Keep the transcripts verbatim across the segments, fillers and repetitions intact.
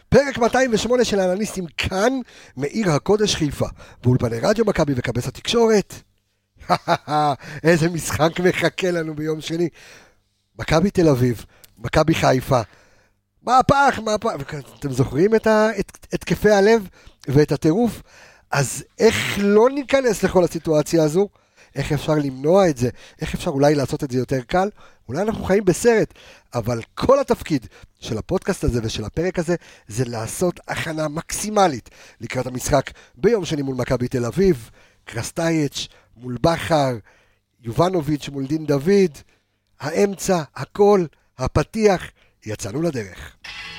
פרק מאתיים ושמונה של האנליסטים כאן, מעיר הקודש חיפה, באולפני רדיו מכבי וכבש התקשורת. איזה משחק מחכה לנו ביום שני. מכבי תל אביב, מכבי חיפה. מהפך, מהפך. אתם זוכרים את התקפי הלב ואת הטירוף? אז איך לא ניכנס לכל הסיטואציה הזו? איך אפשר למנוע את זה? איך אפשר אולי לעשות את זה יותר קל? אולי אנחנו חיים בסרט, אבל כל התפקיד של הפודקאסט הזה ושל הפרק הזה, זה לעשות הכנה מקסימלית לקראת המשחק ביום שני מול מכבי תל אביב, קרסטייץ' מול בחר, יובנוביץ' מול דין דוד, האמצע, הכל, הפתיח, יצאנו לדרך.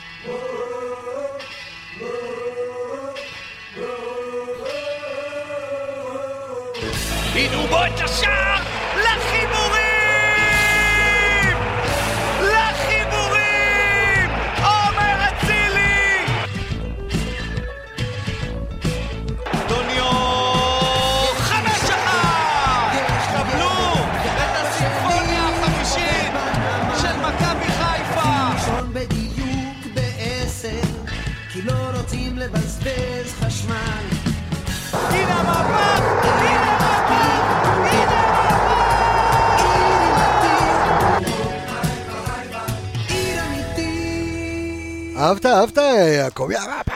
הנה בו את השער לחיבורים! לחיבורים! עומר אצילי! דוניו! חמש אחת! קבלו את הסימפוניה החמישית של מכבי חיפה! ראשון בדיוק בעשר, כי לא רוצים לבזבז חשמל. הנה המאבק! הנה אהבת, אהבת, יעקב,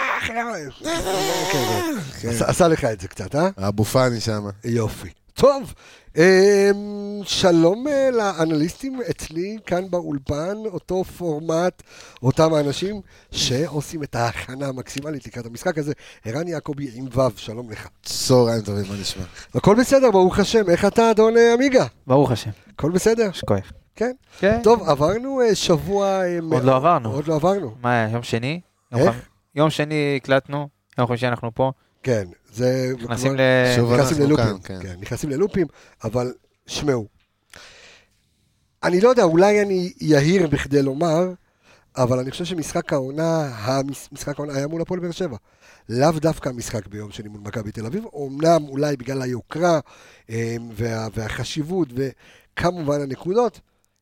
עשה לך את זה קצת, אה? אבו פאני שם. יופי. טוב, שלום לאנליסטים אצלי כאן באולפן, אותו פורמט, אותם האנשים שעושים את ההכנה המקסימלית לקראת המשחק הזה. ערן יעקבי עם וו, שלום לך. צהריים טובים, מה נשמע? הכל בסדר, ברוך השם. איך אתה, אדון עמיגה? ברוך השם. הכל בסדר? שכוח. כן? כן. טוב, עברנו שבוע... עוד לא עברנו. עוד לא עברנו. מה, יום שני? איך? יום שני הקלטנו, יום חמישי אנחנו פה. כן, זה... נכנסים ללופים. כן, נכנסים ללופים, אבל שמעו. אני לא יודע, אולי אני יהיר בכדי לומר, אבל אני חושב שמשחק העונה, המשחק העונה היה מול הפועל באר שבע. לאו דווקא המשחק ביום שני מול מכבי תל אביב, אומנם אולי בגלל היוקרה והחשיבות וכמובן הנקודות,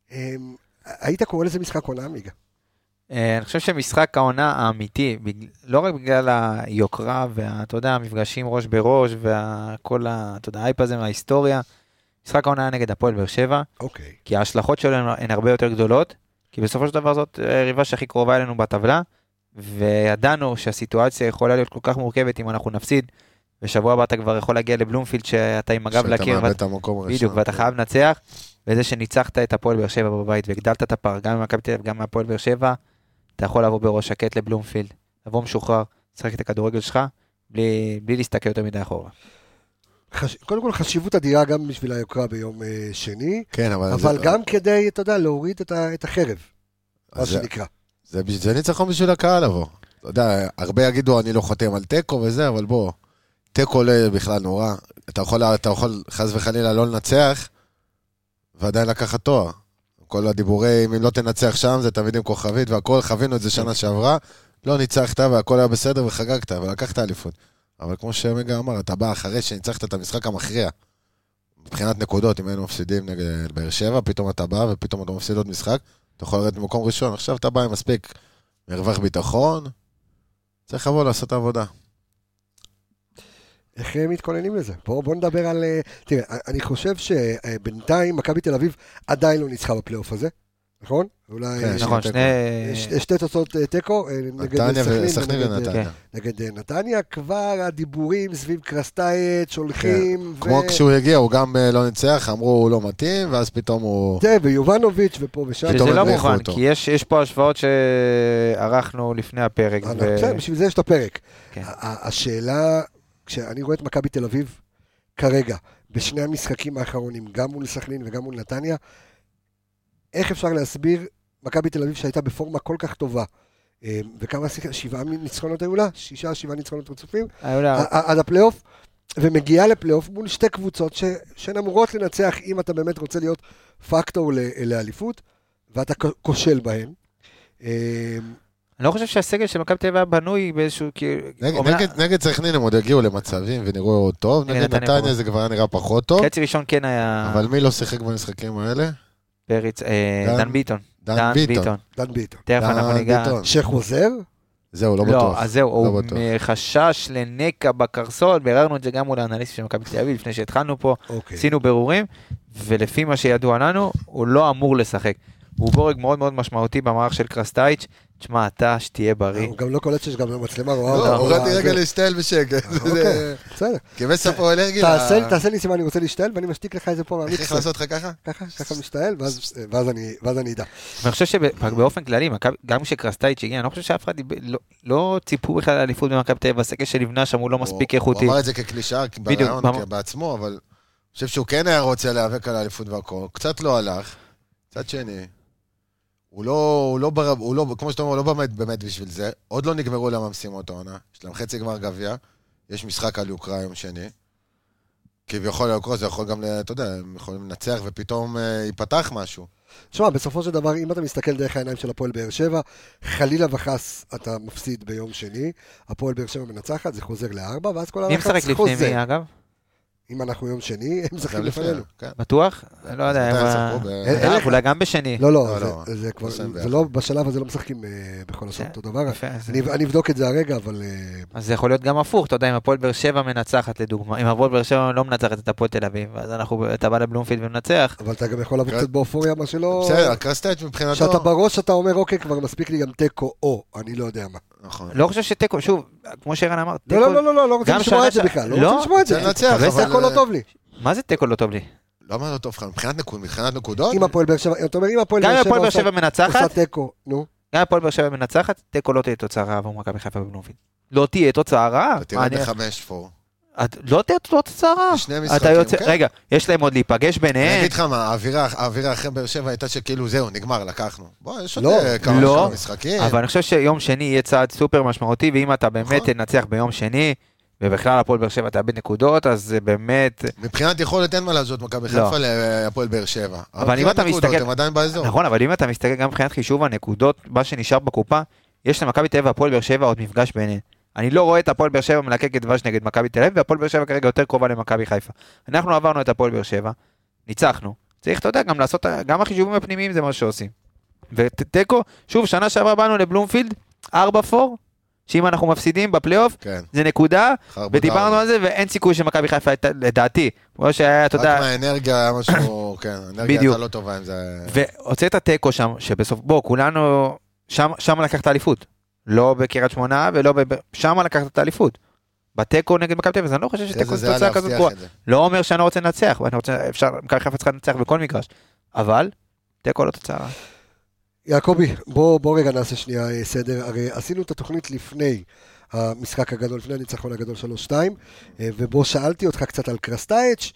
היית קורא לזה משחק עונה, עמיגה? אני חושב שמשחק העונה האמיתי, לא רק בגלל היוקרה ואתה יודע, המפגשים ראש בראש וכל האייפ הזה מההיסטוריה, משחק העונה היה נגד הפועל באר שבע, אוקיי. כי ההשלכות שלנו הן הרבה יותר גדולות, כי בסופו של דבר זאת ריבה שהכי קרובה אלינו בטבלה, וידענו שהסיטואציה יכולה להיות כל כך מורכבת אם אנחנו נפסיד, ושבוע הבא אתה כבר יכול להגיע לבלומפילד שאתה עם הגב לקיר, שאתה מאבד את המקום הראשון. בדיוק, ואתה חייב לנצח, וזה שניצחת את הפועל באר שבע בבית, והגדלת את הפער, גם ממכבי תל אביב, גם מהפועל באר שבע, אתה יכול לבוא בראש שקט לבלומפילד, לבוא משוחרר, לשחק את הכדורגל שלך, בלי, בלי להסתכל יותר מדי אחורה. חש... קודם כל חשיבות אדירה גם בשביל היוקרה ביום uh, שני, כן, אבל, אבל זה... גם כדי, אתה יודע, להוריד את, ה... את החרב, מה זה... שנקרא. זה, זה, זה ניצחון בשביל הקהל לבוא. אתה יודע, הרבה יגידו אני לא חותם על טקו וזה, אבל בוא, טקו לא בכלל נורא. אתה יכול, אתה יכול חס וחלילה לא לנצח, ועדיין לקחת תואר. כל הדיבורים, אם לא תנצח שם, זה תמיד עם כוכבית, והכל, חווינו את זה שנה שעברה, לא ניצחת, והכל היה בסדר, וחגגת, ולקחת אליפות. אבל כמו שעמיגה אמר, אתה בא אחרי שניצחת את המשחק המכריע, מבחינת נקודות, אם היינו מפסידים נגד באר שבע, פתאום אתה בא, ופתאום אתה מפסיד עוד משחק, אתה יכול לרדת במקום ראשון, עכשיו אתה בא עם מספיק מרווח ביטחון, צריך לבוא לעשות את העבודה. איך הם מתכוננים לזה? בואו בוא נדבר על... תראה, אני חושב שבינתיים מכבי תל אביב עדיין לא ניצחה בפלייאוף הזה, נכון? אולי... נכון, שני... שתי תוצאות טקו, נגד סכנין ונתניה. נגד נתניה, כבר הדיבורים סביב קרסטייץ' הולכים... כמו כשהוא הגיע, הוא גם לא ניצח, אמרו הוא לא מתאים, ואז פתאום הוא... זה, ויובנוביץ' ופה ושם. זה לא מובן, כי יש פה השוואות שערכנו לפני הפרק. בשביל זה יש את הפרק. השאלה... כשאני רואה את מכבי תל אביב כרגע, בשני המשחקים האחרונים, גם מול סכנין וגם מול נתניה, איך אפשר להסביר מכבי תל אביב שהייתה בפורמה כל כך טובה, וכמה שבעה ניצחונות היו לה? שישה, שבעה ניצחונות רצופים, עד הפלייאוף, ומגיעה לפלייאוף מול שתי קבוצות שהן אמורות לנצח אם אתה באמת רוצה להיות פקטור לאליפות, ואתה כושל בהן. אני לא חושב שהסגל של מכבי תל אביב היה בנוי באיזשהו... נגד סכנין הם עוד הגיעו למצבים ונראו טוב, נגד נתניה זה כבר נראה פחות טוב. חצי ראשון כן היה... אבל מי לא שיחק במשחקים האלה? פריץ, דן ביטון. דן ביטון. דן ביטון. תכף אנחנו ניגע... שחוזר? זהו, לא לא, בטוח. אז זהו, לא הוא בטוח. מחשש לנקע בקרסול, ביררנו את זה גם מול האנליסט של מכבי תל אביב, לפני שהתחלנו פה, אוקיי. עשינו בירורים, ולפי מה שידוע לנו, הוא לא אמור לשחק. הוא בורג מאוד מאוד משמעותי במערך של קרסטייץ', תשמע, אתה שתהיה בריא. הוא גם לא קולט שיש גם מצלמה רואה. לא, אותה, הורדתי רואה, רגע זה- להשתעל בשקט. אוקיי, בסדר. כבש ספו אלרגי. תעשה תעשה לי סימן, אני רוצה להשתעל, ואני משתיק לך איזה פה איך מהמיקסר. לעשות לך ככה? ככה, ככה משתעל, ואז- ואז אני- ואז אני אדע. אני חושב שבאופן כללי, מכבי- גם כשקרסטייץ' הגיע, אני לא חושב שאף אחד דיבר- לא- לא ציפו בכלל לאליפות במכבי תל אביב, הסגל שנבנה שם הוא לא מספיק איכותי. הוא אמר את זה כקלישאה בדיוק, ברעיון במ- בעצמו, אבל אני חושב שהוא כן היה רוצה להיאבק על האליפות והכל. קצת לא הלך. קצת שני. הוא לא, הוא לא, ברב, הוא לא, כמו שאתה אומר, הוא לא באמת, באמת בשביל זה. עוד לא נגמרו להם המשימות העונה. יש להם חצי גמר גביע. יש משחק על יוקרה יום שני. כביכול היוקרה, זה יכול גם, אתה יודע, הם יכולים לנצח ופתאום אה, ייפתח משהו. תשמע, בסופו של דבר, אם אתה מסתכל דרך העיניים של הפועל באר שבע, חלילה וחס אתה מפסיד ביום שני, הפועל באר שבע מנצחת, זה חוזר לארבע, ואז כל מי הלחץ משחק לפני חוזר. מי, אגב? אם אנחנו יום שני, הם משחקים גם לפני, לפנינו. כן. בטוח? לא יודע, מתי הם הם- שחקו ב- אין אה, לך- אולי גם בשני. לא, לא, לא, לא, זה- זה כבר, עושים זה ביחד. לא, בשלב הזה לא משחקים אה, בכל השעות כן. אותו דבר. יפה, אז- אני אני אבדוק את זה הרגע, אבל... אה, אז זה יכול להיות גם הפוך, אתה יודע, אם הפועל באר שבע מנצחת לדוגמה, אם הפועל באר שבע לא מנצחת את הפועל תל אביב, אז אנחנו, אתה בא לבלומפילד ומנצח, אבל אתה גם יכול לבוא כן. קצת באופוריה, מה שלא... בסדר, קרסטייץ' מבחינתו. שאתה בראש, אתה אומר, אוקיי, כבר מספיק לי גם תיקו, או, אני לא יודע מה. נכון. לא חושב שתיקו, שוב, כמו שערן אמר, לא, תיקו, לא, לא, לא, לא, לא רוצה גם לשמוע שנה את זה ש- בכלל, לא לא, רוצה לשמוע את זה. רוצה לנצח, אבל- תיקו לא טוב לי. מה זה תיקו לא טוב לי? למה לא טוב לך? מבחינת נקוד- מבחינת נקודות? אם הפועל באר שבע, אתה אומר, אם הפועל גם אם באר הפועל באר שבע שבע עושה- מנצחת, עושה תיקו, נו. גם אם הפועל באר שבע מנצחת, תיקו לא תהיה תוצאה רעה עבור מכבי חיפה בבלומפילד. לא תהיה תוצאה רעה. אתה תראה מה, אני- בחמש פור. את- לא תהיה תוצאה רעה. שני אתה משחקים, יוצא, כן. רגע, יש להם עוד להיפגש אני ביניהם. אגיד לך מה, האווירה האווירה אחרי באר שבע הייתה שכאילו זהו, נגמר, לקחנו. בוא, יש עוד לא, אה, כמה לא. כמה משחקים. אבל אני חושב שיום שני יהיה צעד סופר משמעותי, ואם אתה באמת נכון. תנצח ביום שני, ובכלל הפועל באר שבע תאבד נקודות, אז זה באמת... מבחינת יכולת אין מה לעשות מכבי לא. חיפה להפועל באר שבע. אבל אם מבחינת אתה נקודות, מסתכל- הם עדיין באזור. נכון, אבל אם אתה מסתכל גם מבחינת חישוב הנקודות, מה שנשאר בקופה, יש למכבי תל אביב והפועל באר שבע עוד מפגש ביניהם. אני לא רואה את הפועל באר שבע מלקק את דבש נגד מכבי תל אביב, והפועל באר שבע כרגע יותר קרובה למכבי חיפה. אנחנו עברנו את הפועל באר שבע, ניצחנו. צריך, אתה יודע, גם לעשות, גם החישובים הפנימיים זה מה שעושים. ותיקו, שוב, שנה שעברה באנו לבלומפילד, ארבע פור, שאם אנחנו מפסידים בפלייאוף, כן. זה נקודה, חרבו ודיברנו דרמה. על זה, ואין סיכוי שמכבי חיפה הייתה, לדעתי, כמו שהיה, אתה רק יודע, מהאנרגיה היה משהו, כן, האנרגיה בדיוק. הייתה לא טובה עם זה. והוצאת תיקו שם, שבסוף, בוא, כולנו, שם, שם לקחת האליפות. לא בקריית שמונה, ולא ב... שם לקחת את האליפות. בתיקו נגד מכבי תל אביב, אז אני לא חושב שתיקו איזה זה זה תוצאה היה כזאת להבטיח גבוהה. את זה. לא אומר שאני לא רוצה לנצח, ואני רוצה, אפשר, מכבי חיפה צריכה לנצח בכל מגרש. אבל, תיקו לא תוצאה. יעקבי, בוא, בוא רגע נעשה שנייה אה, סדר, הרי עשינו את התוכנית לפני המשחק הגדול, לפני הניצחון הגדול שלוש שתיים, אה, ובו שאלתי אותך קצת על קרסטייץ',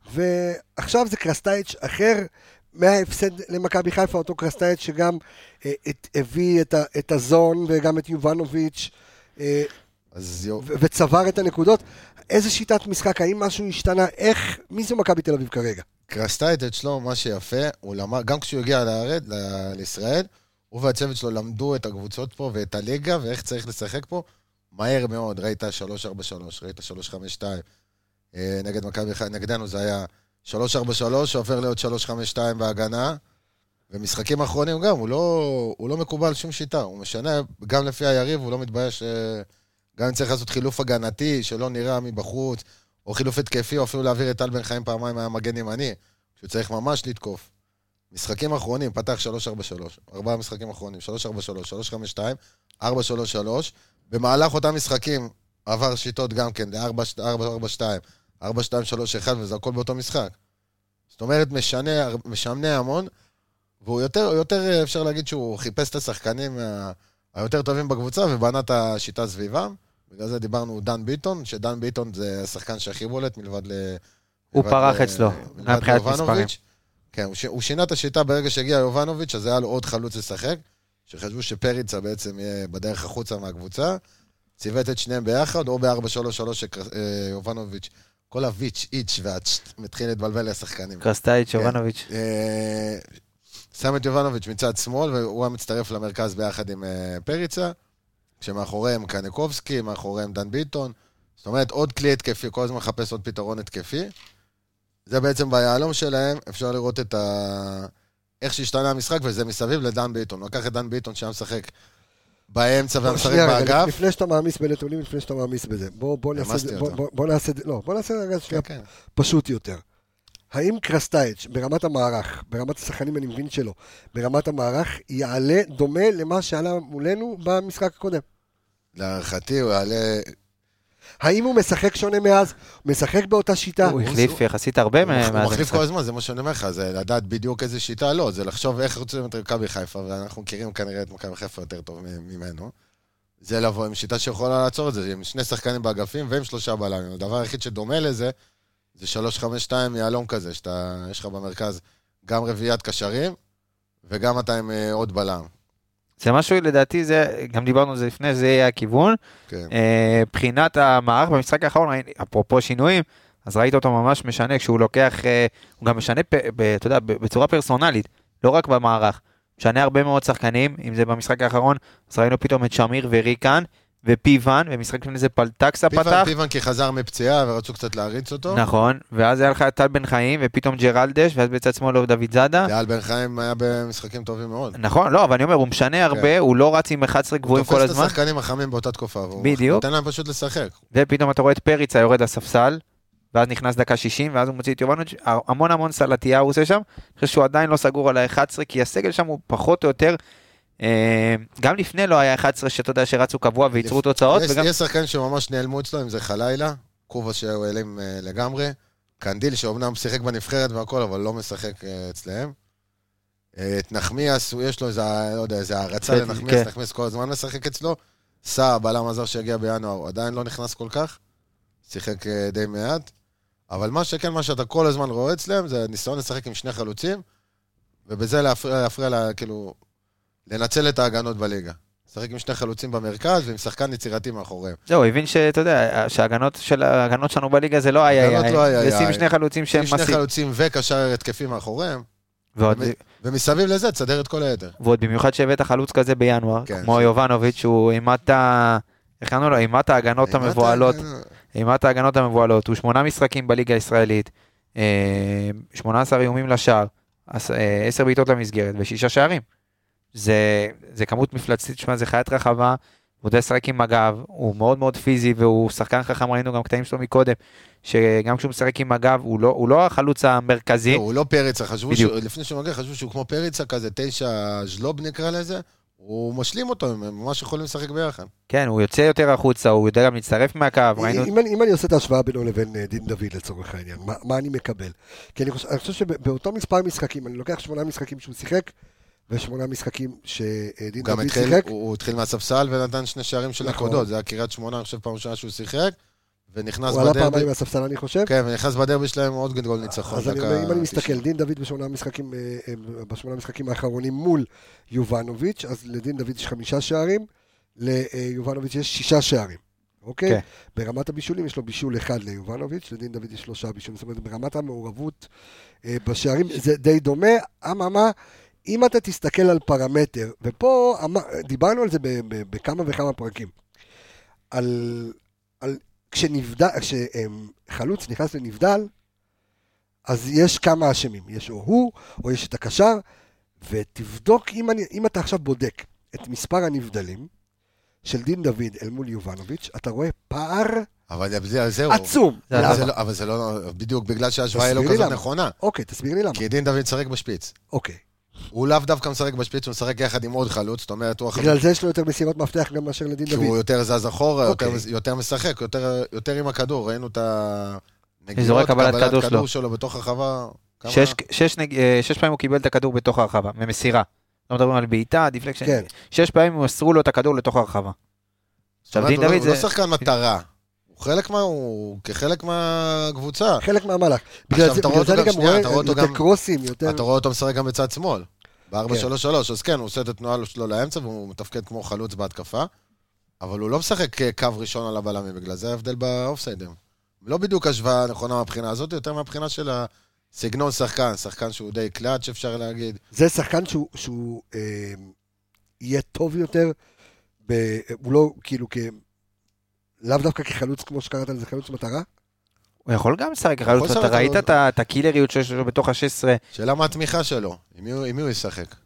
ועכשיו זה קרסטייץ' אחר מההפסד למכבי חיפה, אותו קרסטייץ' שגם אה, את, הביא את, ה, את הזון וגם את יובנוביץ', אה, אז יו, ו- וצבר את הנקודות. איזה שיטת משחק, האם משהו השתנה, איך, מי זו מכבי תל אביב כרגע? קרסטייט אצלו, מה שיפה, הוא למד, גם כשהוא הגיע לארץ, ל- לישראל, הוא והצוות שלו למדו את הקבוצות פה ואת הליגה ואיך צריך לשחק פה מהר מאוד. ראית שלוש ארבע שלוש, ראית שלוש חמש שתיים, אה, נגד מכבי חיפה, נגדנו זה היה שלוש ארבע שלוש, שעובר להיות שלוש חמש שתיים בהגנה, ומשחקים האחרונים גם, הוא לא, הוא לא מקובל שום שיטה, הוא משנה, גם לפי היריב, הוא לא מתבייש, אה, גם אם צריך לעשות חילוף הגנתי, שלא נראה מבחוץ, או חילוף התקפי, או אפילו להעביר את טל בן חיים פעמיים מהמגן ימני, שהוא צריך ממש לתקוף. משחקים אחרונים, פתח שלוש ארבע שלוש, ארבעה משחקים אחרונים, שלוש ארבע שלוש, שלוש חמש שתיים, ארבע שלוש שלוש, במהלך אותם משחקים עבר שיטות גם כן, ל-ארבע ארבע שתיים, ארבע שתיים שלוש אחת, וזה הכל באותו משחק. זאת אומרת, משנה, משנה המון, והוא יותר, יותר אפשר להגיד שהוא חיפש את השחקנים היותר טובים בקבוצה, ובנה את השיטה סביבם. בגלל זה דיברנו דן ביטון, שדן ביטון זה השחקן שהכי בולט מלבד ל... הוא מלבד פרח ל- אצלו, מלבד מבחינת ליובנוביץ'. מספרים. כן, הוא, ש... הוא שינה את השיטה ברגע שהגיע יובנוביץ', אז היה לו עוד חלוץ לשחק, שחשבו שפריצה בעצם יהיה בדרך החוצה מהקבוצה, ציוות את שניהם ביחד, או ב-ארבע שלוש שלוש שיובנוביץ', כל הוויץ', איץ' והצ' מתחיל להתבלבל לשחקנים. קרסטייץ', יובנוביץ'. אה, שם את יובנוביץ' מצד שמאל, והוא היה מצטרף למרכז ביחד עם אה, פריצה, כשמאחוריהם קניקובסקי, מאחוריהם דן ביטון, זאת אומרת, עוד כלי התקפי, כל הזמן מחפש עוד פתרון התקפי. זה בעצם ביעלום שלהם, אפשר לראות את ה... איך שהשתנה המשחק, וזה מסביב לדן ביטון. הוא לקח את דן ביטון שהיה משחק באמצע והמשחק שנייה, רגע, באגף. לפני שאתה מעמיס בנתונים, לפני שאתה מעמיס בזה, בוא בוא נעשה, העמסתי בוא- אותו. בוא- בוא נעשה, לא, בוא נעשה רגע שנייה כן, כן. פשוט יותר. האם קרסטייץ' ברמת המערך, ברמת השחקנים אני מבין שלו, ברמת המערך, יעלה דומה למה שעלה מולנו במשחק הקודם? להערכתי הוא יעלה... האם הוא משחק שונה מאז? הוא משחק באותה שיטה? הוא החליף יחסית הרבה הוא מאז הוא מחליף המשחק. כל הזמן, זה מה שאני אומר לך, זה לדעת בדיוק איזה שיטה, לא, זה לחשוב איך רוצים את מכבי חיפה, ואנחנו מכירים כנראה את מכבי חיפה יותר טוב ממנו. זה לבוא עם שיטה שיכולה לעצור את זה, עם שני שחקנים באגפים ועם שלושה בלמים. הדבר היחיד שדומה לזה, זה שלוש חמש שתיים יעלום כזה, שאתה, יש לך במרכז גם רביעיית קשרים, וגם אתה עם אה, עוד בלם. זה משהו, לדעתי, זה, גם דיברנו על זה לפני, זה יהיה הכיוון. כן. אה, בחינת המערך במשחק האחרון, ראינו- אפרופו שינויים, אז ראית אותו ממש משנה, כשהוא לוקח, אה, הוא גם משנה, פ- ב- אתה יודע, ב- בצורה פרסונלית, לא רק במערך. משנה הרבה מאוד שחקנים, אם זה במשחק האחרון, אז ראינו פתאום את שמיר וריקן, ופיוון, ומשחק לפני זה פלטקסה פתח. פיוון, פיוון כי חזר מפציעה ורצו קצת להריץ אותו. נכון, ואז היה לך את טל בן חיים, ופתאום ג'רלדש, ואז בצד שמאל דוד זאדה. טל בן חיים היה במשחקים טובים מאוד. נכון, לא, אבל אני אומר, הוא משנה הרבה, הוא לא רץ עם אחד עשר גבוהים כל הוא תופס הזמן, את השחקנים החמים באותה תקופה, והוא בדיוק. נותן להם פשוט לשחק. ופתאום אתה רואה את פריצה יורד לספסל, ואז נכנס דקה שישים, ואז הוא מוציא את יובנוביץ', המון המון סלטייה הוא עושה שם, אני חושב שהוא עדיין לא סגור על ה-אחד עשר, כי הסגל שם הוא פחות או יותר, אה, גם לפני לא היה אחד עשר שאתה יודע שרצו קבוע וייצרו תוצאות, יש, וגם... יש שחקנים שממש נעלמו אצלו, אם זה חלילה, קובה שהוא העלים uh, לגמרי, קנדיל שאומנם שיחק בנבחרת והכל, אבל לא משחק uh, אצלהם. Uh, את נחמיאס, יש לו איזה, לא יודע, איזה הערצה כן. לנחמיאס, נחמיאס כל הזמן משחק אצלו. סע, בלם הזר שהגיע בינואר, הוא עדיין לא נכנס כל כך, שיחק uh, די מעט. אבל מה שכן, מה שאתה כל הזמן רואה אצלם, זה ניסיון לשחק עם שני חלוצים, ובזה להפריע, להפריע לה, כאילו, לנצל את ההגנות בליגה. לשחק עם שני חלוצים במרכז, ועם שחקן יצירתי מאחוריהם. זהו, הבין שאתה יודע, שההגנות של ההגנות שלנו בליגה זה לא היה, הגנות לא היה, לשים היה. שני חלוצים שהם עם שני מסיב, חלוצים וקשר התקפי מאחוריהם, ועוד, ומ- ומסביב לזה תסדר את כל היתר. ועוד במיוחד שהבאת חלוץ כזה בינואר, כן, כמו ש- יובנוביץ', שהוא אימת ה... איך קראנו לו? אימת ההגנות המבועלות, אימת ההגנות המבועלות, הוא שמונה משחקים בליגה הישראלית, אה, שמונה עשר איומים לשער, עש- אה, עשר בעיטות למסגרת ושישה שערים. זה, זה כמות מפלצתית, שמה, זה חיית רחבה, הוא יודע לשחק עם הגב, הוא מאוד מאוד פיזי, והוא שחקן חכם, ראינו גם קטעים שלו מקודם, שגם כשהוא משחק עם הגב, הוא לא, הוא לא החלוץ המרכזי, לא, הוא לא פריצה, חשבו בדיוק. שהוא, לפני שהוא מגיע, חשבו שהוא כמו פריצה כזה, תשע ז'לוב נקרא לזה, הוא משלים אותו, הם ממש יכולים לשחק ביחד. כן, הוא יוצא יותר החוצה, הוא יודע גם להצטרף מהקו, ראינו, אם אני- אם אני עושה את ההשוואה בינו לבין אה, דין דוד לצורך העניין, מה- מה אני מקבל? כי אני חושב אני חושב שבאותו מספר משחקים, אני לוקח שמונה משחקים שהוא שיחק, ושמונה משחקים שדין הוא גם דוד התחיל, שיחק, הוא, הוא התחיל מהספסל ונתן שני שערים של נכון. נקודות, זה היה קריית שמונה, אני חושב פעם ראשונה שהוא שיחק, ונכנס הוא עלה בדרבי, פעמיים מהספסל אני חושב, כן, ונכנס בדרבי שלהם עוד גדול ניצחון. אז אני דקה אומר, אם אני מסתכל, תשעים. דין דוד בשמונה משחקים, אה, אה, בשמונה משחקים האחרונים מול יובנוביץ', אז לדין דוד יש חמישה שערים, ליובנוביץ' יש שישה שערים, אוקיי? כן. ברמת הבישולים יש לו בישול אחד ליובנוביץ', לדין דוד יש שלושה בישולים, זאת אומרת, ברמת המעורבות אה, בשערים זה די דומה, אממה, אם אתה תסתכל על פרמטר, ופה אמר- דיברנו על זה ב- ב- בכמה וכמה פרקים, על, על כשנבדל, כשחלוץ נכנס לנבדל, אז יש כמה אשמים, יש או הוא, או יש את הקשר, ותבדוק, אם, אני, אם אתה עכשיו בודק את מספר הנבדלים של דין דוד אל מול יובנוביץ', אתה רואה פער אבל זה- זהו. עצום. זה- אבל למה? זה לא- אבל זה לא, בדיוק בגלל שההשוואה היא לא תסביר לי כזאת למה. נכונה. אוקיי, תסביר לי למה. כי דין דוד משחק בשפיץ. אוקיי. הוא לאו דווקא משחק בשפיץ, הוא משחק יחד עם עוד חלוץ, זאת אומרת, הוא החלוץ, בגלל זה יש לו יותר מסירות מפתח גם מאשר לדין כי הוא דוד. יותר זז אחורה, יותר, אוקיי. יותר משחק, יותר, יותר עם הכדור, ראינו את אזורי הנגיעות, קבלת כדור שלו. שלו בתוך הרחבה. כמה- שש, שש, נג- אה, שש פעמים הוא קיבל את הכדור בתוך הרחבה, ממסירה. לא מדברים על בעיטה, דיפלקשן. כן. שש פעמים הוא אסרו לו את הכדור לתוך הרחבה. זאת עכשיו, אומרת, דין הוא לא- דוד הוא לא זה... שחקן מטרה, הוא חלק מה... הוא כחלק מהקבוצה. חלק מהמהלך. בגלל עכשיו, זה אתה רואה בגלל זה אותו אני גם- גם שנייה, רואה אתה רואה אותו יותר גם- קרוסים, יותר... אתה רואה אותו משחק גם בצד שמאל, ב-ארבע כן. שלוש שלוש, אז כן, הוא עושה את התנועה שלו לאמצע, והוא מתפקד כמו חלוץ בהתקפה, אבל הוא לא משחק קו ראשון על הבלמים, בגלל זה ההבדל באופסיידים. לא בדיוק השוואה נכונה מהבחינה הזאת, יותר מהבחינה של הסגנון שחקן, שחקן שהוא די קלאץ' אפשר להגיד. זה שחקן שהוא, שהוא אה, יהיה טוב יותר, ב, הוא לא כאילו כ... לאו דווקא כחלוץ, כמו שקראת על זה, חלוץ מטרה. הוא יכול גם לשחק חלוץ, לשחק, אתה ראית אבל- את ה- את הקילריות שיש לו בתוך ה-שש עשרה, שאלה מה התמיכה שלו, עם מי הוא- עם מי הוא ישחק?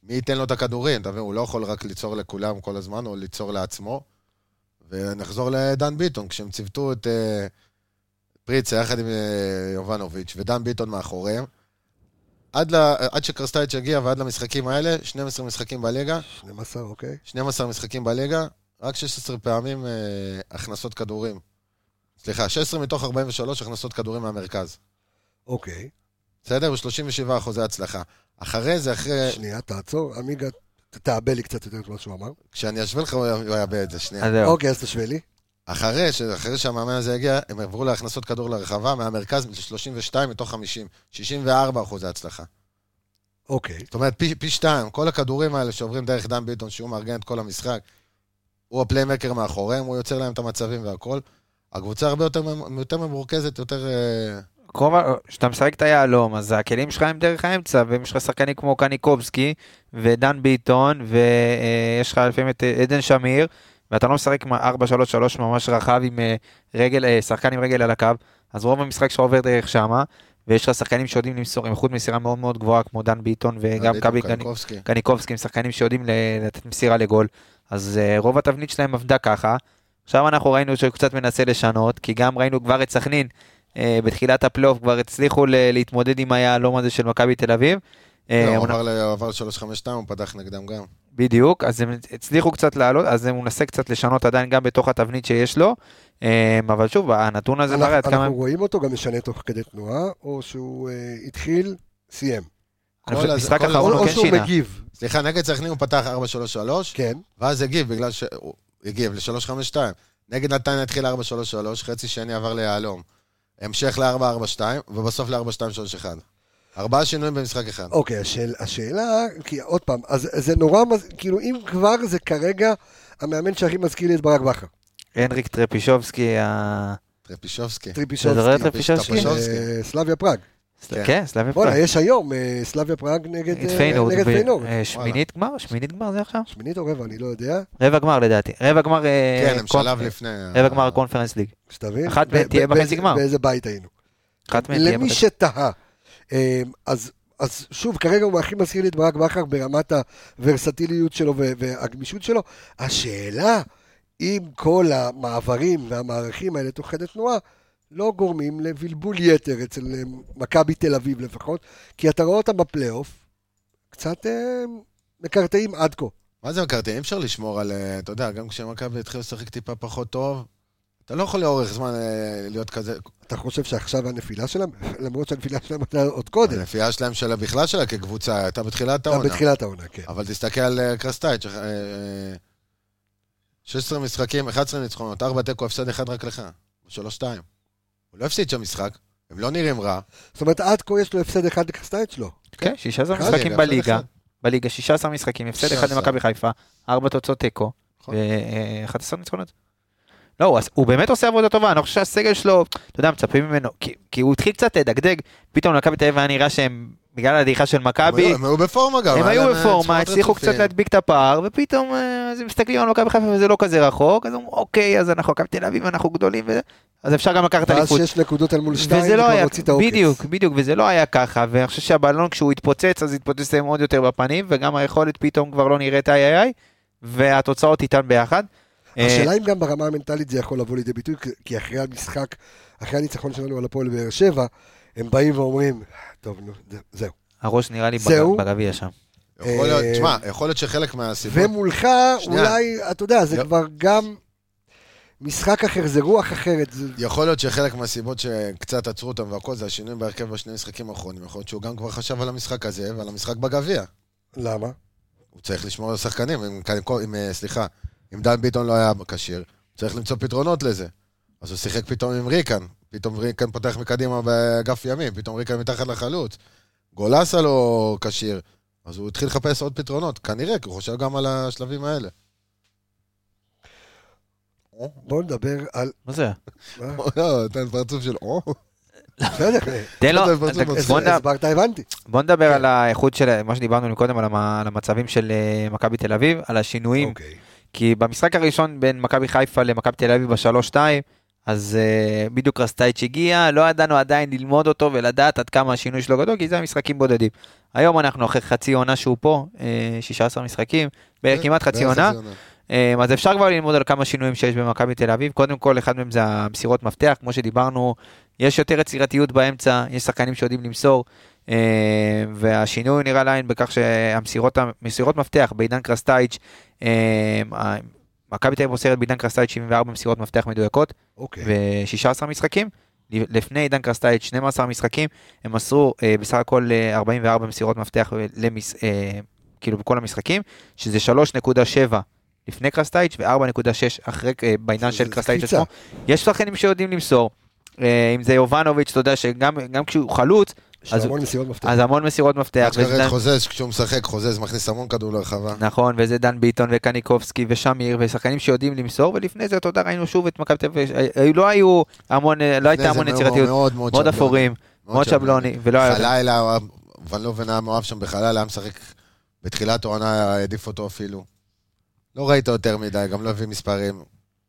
מי ייתן לו את הכדורים, אתה מבין, הוא לא יכול רק ליצור לכולם כל הזמן, או ליצור לעצמו, ונחזור לדן ביטון, כשהם ציוותו את uh, פריצה יחד עם uh, יובנוביץ' ודן ביטון מאחוריהם, עד, לה, עד שקרסטייץ' הגיע ועד למשחקים האלה, שנים עשר משחקים בליגה. שנים עשר, אוקיי. שנים עשר משחקים בליגה, רק שש עשרה פעמים uh, הכנסות כדורים. סליחה, שש עשרה מתוך ארבעים ושלוש הכנסות כדורים מהמרכז. אוקיי. בסדר? ו-שלושים ושבעה אחוזי הצלחה. אחרי זה, אחרי... שנייה, תעצור. עמיגה, תעבה לי קצת יותר את מה שהוא אמר. כשאני אשווה לך, הוא יעבה את זה, שנייה. אוקיי, אז תשווה לי. אחרי, אחרי שהמאמן הזה הגיע, הם עברו להכנסות כדור לרחבה, מהמרכז ל-שלושים ושתיים מתוך חמישים. שישים וארבעה אחוזי הצלחה. אוקיי. זאת אומרת, פי, פי שתיים, כל הכדורים האלה שעוברים דרך דן ביטון, שהוא מארגן את כל המשחק, הוא הפליימקר מאחוריהם, הוא יוצר להם את המצבים והכל. הקבוצה הרבה יותר, יותר ממורכזת, יותר... כשאתה משחק את היעלום, אז הכלים שלך הם דרך האמצע, ויש לך שחקנים כמו קניקובסקי, ודן ביטון, ויש לך לפעמים את עדן שמיר, ואתה לא משחק ארבע שלוש שלוש ממש רחב עם רגל, שחקן עם רגל על הקו, אז רוב המשחק שלך עובר דרך שמה, ויש לך שחקנים שיודעים למסור עם איכות מסירה מאוד מאוד גבוהה, כמו דן ביטון, וגם קאבי קניקובסקי, הם שחקנים שיודעים לתת מסירה לגול, אז רוב התבנית שלהם עבדה ככה. עכשיו אנחנו ראינו שהוא קצת מנסה לשנות, כי גם ראינו כבר את סכנין, בתחילת הפלייאוף כבר הצליחו להתמודד עם היעלום הזה של מכבי תל אביב. הוא עבר שלוש חמש שתיים, הוא פתח נגדם גם. בדיוק, אז הם הצליחו קצת לעלות, אז הוא מנסה קצת לשנות עדיין גם בתוך התבנית שיש לו, אבל שוב, הנתון הזה מראה עד כמה... אנחנו רואים אותו גם משנה תוך כדי תנועה, או שהוא התחיל, סיים. משחק אחרון הוא כן שינה. או שהוא מגיב. סליחה, נגד סכנין הוא פתח ארבע שלוש שלוש, כן. ואז הגיב, בגלל שהוא הגיב ל-שלוש חמש שתיים. נגד נתניה התחיל ארבע שלוש שלוש, חצי שני עבר ליעלום. המשך ל-ארבע ארבע שתיים, ובסוף ל-ארבע שתיים שלוש אחת. ארבעה שינויים במשחק אחד. אוקיי, השאל, השאלה, כי עוד פעם, אז זה נורא, כאילו אם כבר זה כרגע המאמן שהכי מזכיר לי את ברק בכר. הנריק טרפישובסקי, ה... טרפישובסקי. טרפישובסקי. סלאביה פראג. כן, סלאביה פראג. בוא'נה, יש היום סלאביה פראג נגד פיינורד. שמינית גמר? שמינית גמר זה עכשיו? שמינית או רבע, אני לא יודע. רבע גמר לדעתי. רבע גמר... כן, הם שלב לפני. רבע גמר קונפרנס ליג. שתבין? אחת תהיה בחצי גמר. באיזה בית היינו. אחת תהיה למי שתהה. אז... אז שוב, כרגע הוא הכי מזכיר לי את ברק בכר ברמת הוורסטיליות שלו והגמישות שלו. השאלה, אם כל המעברים והמערכים האלה תוך כדי תנועה, לא גורמים לבלבול יתר אצל מכבי תל אביב לפחות, כי אתה רואה אותם בפלייאוף, קצת אה, מקרטעים עד כה. מה זה מקרטעים? אפשר לשמור על, אתה יודע, גם כשמכבי התחיל לשחק טיפה פחות טוב, אתה לא יכול לאורך זמן להיות כזה... אתה חושב שעכשיו הנפילה שלהם, למרות שהנפילה שלהם הייתה עוד קודם. הנפילה שלהם שלה בכלל שלה כקבוצה, הייתה בתחילת העונה. הייתה בתחילת העונה, כן. אבל תסתכל על קרסטייץ', שש עשרה משחקים, אחת עשרה ניצחונות, ארבע תיקו, הפסד אחד רק לך, שלוש שתיים. הוא לא הפסיד שם משחק, הם לא נראים רע. זאת אומרת, עד כה יש לו הפסד אחד לקרסטייץ' לא? כן, שישה עשר משחקים בליגה, בליגה שישה עשר משחקים, הפסד אחד למכבי חיפה, ארבע תוצאות תיקו, ו-אחת עשרה ניצחונות. לא, הוא באמת עושה עבודה טובה, אני חושב שהסגל שלו, אתה יודע, מצפים ממנו, כי הוא התחיל קצת לדגדג, פתאום למכבי תל אביב היה נראה שהם, בגלל הדעיכה של מכבי, הם היו בפורמה גם. הם היו בפורמה, הצליחו קצת להדביק את הפער, ופתאום אז הם מסתכלים על מכבי חיפה וזה לא כזה רחוק, אז אומרים, אוקיי, אז אנחנו מכבי תל אביב, אנחנו גדולים, אז אפשר גם לקחת אליפות. ואז שש נקודות על מול שתיים, זה כבר מוציא את העוקץ. בדיוק, בדיוק, וזה לא היה ככה, ואני חושב שהבלון כשהוא התפוצץ, אז התפוצץ להם עוד יותר בפנים, וגם היכולת פתאום כבר לא נראית איי איי איי, והתוצאות איתן ביחד. השאלה אם גם ברמה המנטלית זה יכול לבוא לידי ביטוי, כי אחרי המשחק, אחרי הניצחון שלנו על הפועל באר שבע, הם באים ואומרים, טוב, נו, זהו. הראש נראה לי בגביע שם. יכול להיות, תשמע, יכול להיות שחלק מהסיבות... ומולך, אולי, אתה יודע, זה כבר גם משחק אחר, זה רוח אחרת. יכול להיות שחלק מהסיבות שקצת עצרו אותם והכל, זה השינויים בהרכב בשני משחקים האחרונים. יכול להיות שהוא גם כבר חשב על המשחק הזה ועל המשחק בגביע. למה? הוא צריך לשמור על שחקנים, עם, סליחה, אם דן ביטון לא היה קשיר, צריך למצוא פתרונות לזה. אז הוא שיחק פתאום עם ריקן, פתאום ריקן פותח מקדימה באגף ימין, פתאום ריקן מתחת לחלוץ. גולסה לא קשיר, אז הוא התחיל לחפש עוד פתרונות, כנראה, כי הוא חושב גם על השלבים האלה. בואו נדבר על... מה זה? לא, תן פרצוף של או. בסדר. תן לו, הסברת, הבנתי. בוא נדבר על האיכות של, מה שדיברנו קודם, על המצבים של מכבי תל אביב, על השינויים. כי במשחק הראשון בין מכבי חיפה למכבי תל אביב בשלוש שתיים, אז uh, בדיוק קרסטייץ' הגיע, לא ידענו עדיין ללמוד אותו ולדעת עד כמה השינוי שלו גדול, כי זה המשחקים בודדים. היום אנחנו אחרי חצי עונה שהוא פה, uh, שישה עשר משחקים, כמעט חצי עונה, uh, אז אפשר כבר ללמוד על כמה שינויים שיש במכבי תל אביב. קודם כל, אחד מהם זה המסירות מפתח, כמו שדיברנו, יש יותר יצירתיות באמצע, יש שחקנים שיודעים למסור, uh, והשינוי נראה לעין בכך שהמסירות מפתח בעידן קרסטייץ', uh, מכבי תל אביב מוסרת בעידן קרסטייץ' שבעים וארבע מסירות מפתח מדויקות, ו-שישה עשר משחקים, לפני עידן קרסטייץ' שנים עשר משחקים, הם מסרו אה, בסך הכל אה, ארבעים וארבע מסירות מפתח למס, אה, כאילו בכל המשחקים, שזה שלוש נקודה שבע לפני קרסטייץ' ו-ארבע נקודה שש אחרי, אה, בעידן של קרסטייץ' עצמו. יש שחקנים שיודעים למסור, אה, אם זה יובנוביץ', אתה יודע שגם גם כשהוא חלוץ, אז המון מסירות מפתח. אז המון מסירות מפתח. דן... חוזז, כשהוא משחק, חוזז, מכניס המון כדור לרחבה. נכון, וזה דן ביטון וקניקובסקי ושמיר, ושחקנים שיודעים למסור, ולפני זה, אתה יודע, ראינו שוב את מכבי תל אביב, לא היו המון, לא הייתה המון יצירתיות, מאוד, מאוד, מאוד אפורים, מאוד שבלוני, ולא היה... חלילה, ולובן היה מאוהב שם בחלל, היה משחק בתחילת העונה, העדיף אותו אפילו. לא ראית יותר מדי, גם לא הביא מספרים.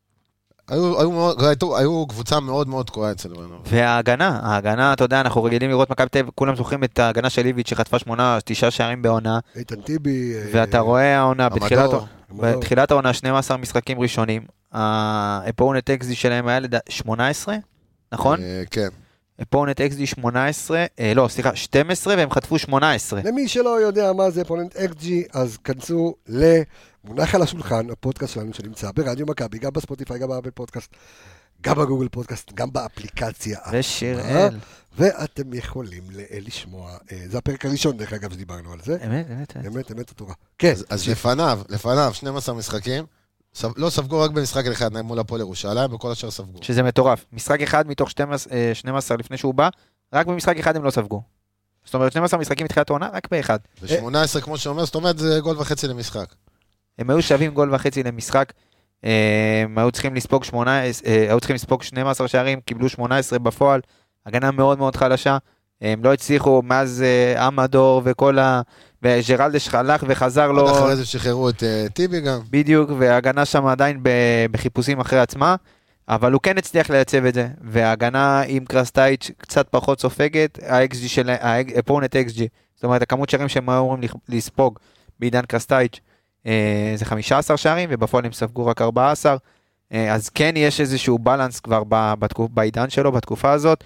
היו, היו, היו, היו קבוצה מאוד מאוד תקועה אצלנו. וההגנה, ההגנה, אתה יודע, אנחנו רגילים לראות מכבי תל אביב, כולם זוכרים את ההגנה של ליביץ' שחטפה שמונה, תשעה שערים בעונה. איתן טיבי. ואתה רואה העונה, בתחילת, בתחילת העונה, שנים עשר משחקים ראשונים, האפוננט אקס די שלהם היה לדעת שמונה עשרה, נכון? כן. אפוננט אקס די שמונה עשרה, לא, סליחה, שתים עשרה, והם חטפו שמונה עשרה. למי שלא יודע מה זה אפוננט אקס די, אז כנסו למונח על השולחן, הפודקאסט שלנו שנמצא ברדיו מכבי, גם בספוטיפיי, גם באפל פודקאסט, גם בגוגל פודקאסט, גם באפליקציה. ושיראל. ואתם יכולים לשמוע, זה הפרק הראשון דרך אגב שדיברנו על זה. אמת, אמת. אמת, אמת התורה. כן. אז לפניו, לפניו, שנים עשר משחקים, לא ספגו רק במשחק אחד מול הפועל ירושלים, בכל השאר ספגו. שזה מטורף. משחק אחד מתוך שנים עשר לפני שהוא בא, רק במשחק אחד הם לא ספגו. זאת אומרת, שנים עשר משחקים מתחילת העונה, רק באחד. ו-שמונה עשרה כמו שאומר, זאת אומרת, זה גול וחצי למשחק. הם היו שווים גול וחצי למשחק, הם היו צריכים לספוג שמונה עשרה, היו צריכים לספוג שנים עשר שערים, קיבלו שמונה עשרה בפועל, הגנה מאוד מאוד חלשה, הם לא הצליחו מאז אמדור וכל ה... וג'רלדש הלך וחזר לו... אחרי זה שחררו את טיבי גם. בדיוק, וההגנה שם עדיין בחיפושים אחרי עצמה, אבל הוא כן הצליח לייצב את זה, וההגנה עם קרסטייץ' קצת פחות סופגת, ה-אקס ג'י של... האפוננט אקס ג'י, זאת אומרת, הכמות שערים שהם אמורים לספוג בעידן קרסטייץ' זה חמישה עשר שערים, ובפועל הם ספגו רק ארבעה עשר, אז כן יש איזשהו בלנס כבר בעידן שלו, בתקופה הזאת.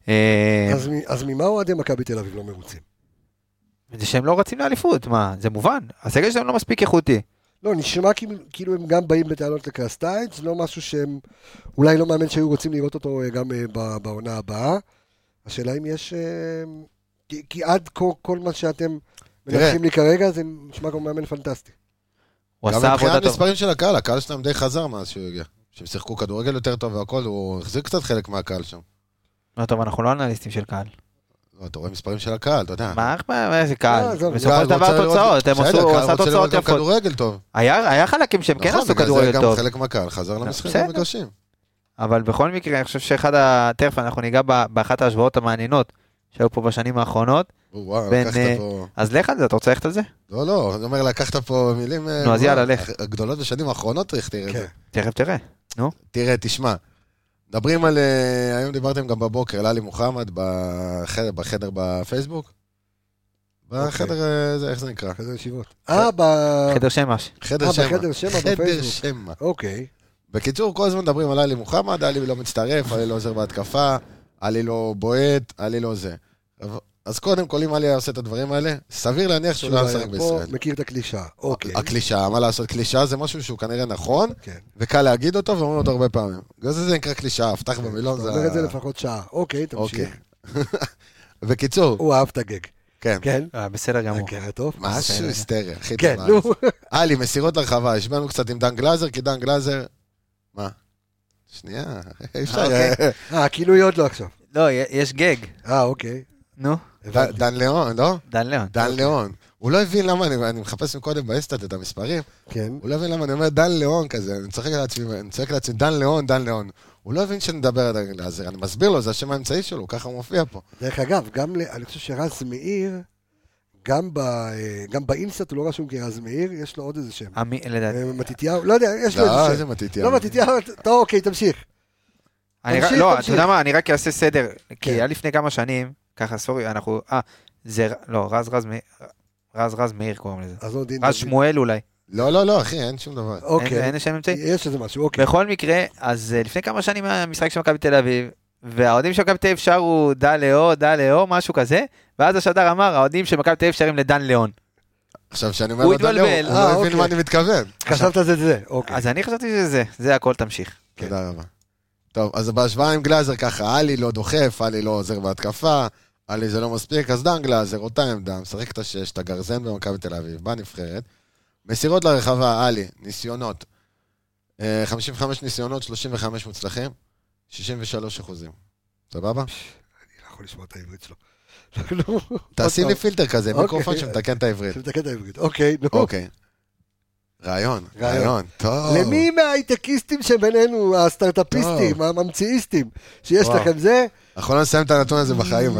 אז ממה אוהדי מכבי תל אביב לא מרוצים? זה שהם לא רצים לאליפות, מה? זה מובן. הסגל שלהם לא מספיק איכותי. לא, נשמע כאילו הם גם באים בטענות לקרסטייץ', לא משהו שהם אולי לא מאמן שהיו רוצים לראות אותו גם בעונה הבאה. השאלה אם יש... כי עד כל מה שאתם מנחים לי כרגע, זה נשמע כמו מאמן פנטסטי. גם מבחינת מספרים של הקהל, הקהל שלהם די חזר מאז שהוא הגיע. שהם שיחקו כדורגל יותר טוב והכל, הוא החזיר קצת חלק מהקהל שם. לא טוב, אנחנו לא אנליסטים של קהל. לא, אתה רואה מספרים של הקהל, אתה יודע. מה, איזה קהל? בסופו של דבר תוצאות, הם עשו תוצאות יפות. כדורגל טוב. היה חלקים שהם כן עשו כדורגל טוב. גם חלק מהקהל חזר למשחקים המגרשים. אבל בכל מקרה, אני חושב שאחד התרף, אנחנו ניגע באחת ההשוואות המעניינות שהיו פה בשנים האחרונות. אז לך על זה, אתה רוצה ללכת על זה? לא, לא, אני אומר, לקחת פה מילים... נו, אז יאללה, לך. הגדולות בשנים האחרונות, תראה את זה. תכף תראה, נו. תראה, תשמע. מדברים על, היום דיברתם גם בבוקר, על עלי מוחמד, בחדר, בחדר בפייסבוק. בחדר, איך זה נקרא? חדר ישיבות. אה, בחדר שמש. חדר שמש. בחדר שמש בפייסבוק. חדר שמש. אוקיי. בקיצור, כל הזמן מדברים על עלי מוחמד, עלי לא מצטרף, עלי לא עוזר בהתקפה, עלי לא בועט, עלי לא זה. אז קודם כל, אם עלי עושה את הדברים האלה, סביר להניח שהוא לא עושה בישראל. מכיר את הקלישה, אוקיי. הקלישה, מה לעשות? קלישה זה משהו שהוא כנראה נכון, וקל להגיד אותו, ואומרים אותו הרבה פעמים. בגלל זה זה נקרא קלישה, הבטח במילון. אתה אומר את זה לפחות שעה. אוקיי, תמשיך. בקיצור. הוא אהב את הגג. כן. כן? בסדר גמור. כן, טוב. משהו היסטריה, הכי כן, נו. עלי, מסירות לרחבה, השבענו קצת עם דן גלאזר, כי דן גלאזר... מה? שנייה, אפשר... אה, כאילו היא עוד לא עכשיו. לא, יש גג. אה, אוקיי. נו. דן ליאון, לא? דן ליאון. דן ליאון. הוא לא הבין למה, אני מחפש מקודם באסטאט את המספרים. כן. הוא לא הבין למה אני אומר דן ליאון כזה, אני צוחק לעצמי, אני צוחק לעצמי, דן ליאון, דן ליאון. הוא לא הבין שנדבר על דן גלאזר, אני מסביר לו, זה השם האמצעי שלו, ככה הוא מופיע פה. דרך אגב, גם, אני חושב שרז מאיר, גם באינסטאט הוא לא רשום כרז מאיר, יש לו עוד איזה שם. לדעתי. מתיתיהו, לא יודע, יש לו איזה שם. לא, זה מתיתיהו. לא מתיתיהו, טוב, אוקיי, תמשיך. אני תמשיך, רק- לא, תמשיך. אתה יודע מה, אני רק אעשה סדר, כי כן. היה לפני כמה שנים, ככה, סורי, אנחנו, אה, זה, לא, רז רז מאיר, רז רז מאיר קוראים לזה. אז לא דין. רז שמואל אולי, לא, לא, לא, אחי, אין שום דבר. אין- אוקיי. אין שם אמצעי. יש איזה משהו, אוקיי. בכל מקרה, אז אה, לפני כמה שנים היה משחק של מכבי תל אביב, והאוהדים של מכבי תל אביב שרו דן לאו, דן לאו, משהו כזה, ואז השדר אמר, האוהדים של מכבי תל אביב שרים לדן ליאון. עכשיו, שאני אומר הוא לו דן לאו, התבלבל. הוא אה, לא הבין אוקיי. מה אני מתכוון. חשבת שזה זה, אוקיי. אז אני חשבתי שזה, זה הכל תמשיך. כן. תודה רבה. טוב, אז בהשוואה עם גלאזר ככה, אלי לא דוחף, אלי לא עוזר בהתקפה, אלי זה לא מספיק, אז דן גלאזר, אותה עמדה, משחק את השש, את הגרזן במכבי תל אביב, בנבחרת, מסירות לרחבה, אלי, ניסיונות, אה, חמישים וחמש ניסיונות, שלושים וחמש מוצלחים, שישים ושלושה אחוזים. סבבה? אני לא יכול לשמוע את העברית שלו. נו, תעשי עוד לי פעם. פילטר כזה, אוקיי. מיקרופון שמתקן את העברית. שמתקן את העברית. אוקיי, נו. אוקיי. רעיון, רעיון. רעיון, טוב. למי מההייטקיסטים שבינינו, הסטארט-אפיסטים, הממציאיסטים, שיש וואו. לכם זה, אנחנו לא נסיים את הנתון הזה בחיים.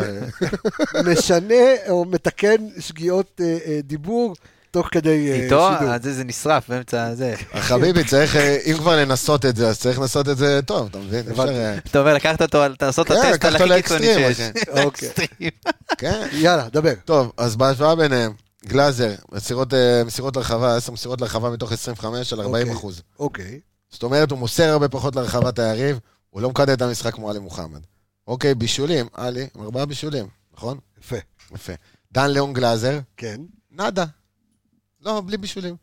משנה או מתקן שגיאות אה, אה, דיבור תוך כדי אה, איתו, שידור. אז זה נשרף באמצע זה. חביבי, צריך, אה, אם כבר לנסות את זה, אז צריך לנסות את זה טוב, אתה מבין? אפשר, אה, אתה אומר, לקחת אותו, לעשות את כן, הטסט על לקחת אותו הכי קיצוני לאקסטרים, שיש. אחי. אוקיי. אקסטרים. כן. יאללה, דבר. טוב, אז בהשוואה ביניהם, גלאזר, מסירות, אה, מסירות לרחבה, עשר מסירות לרחבה מתוך עשרים וחמש על ארבעים אחוז. אוקיי. זאת אומרת, הוא מוסר הרבה פחות לרחבת היריב, הוא לא מקדם את המשחק כמו עלי מוחמד. אוקיי, בישולים, עלי, עם ארבעה בישולים, נכון? יפה. יפה. דן ליאון גלאזר, כן. נאדה. לא, בלי בישולים.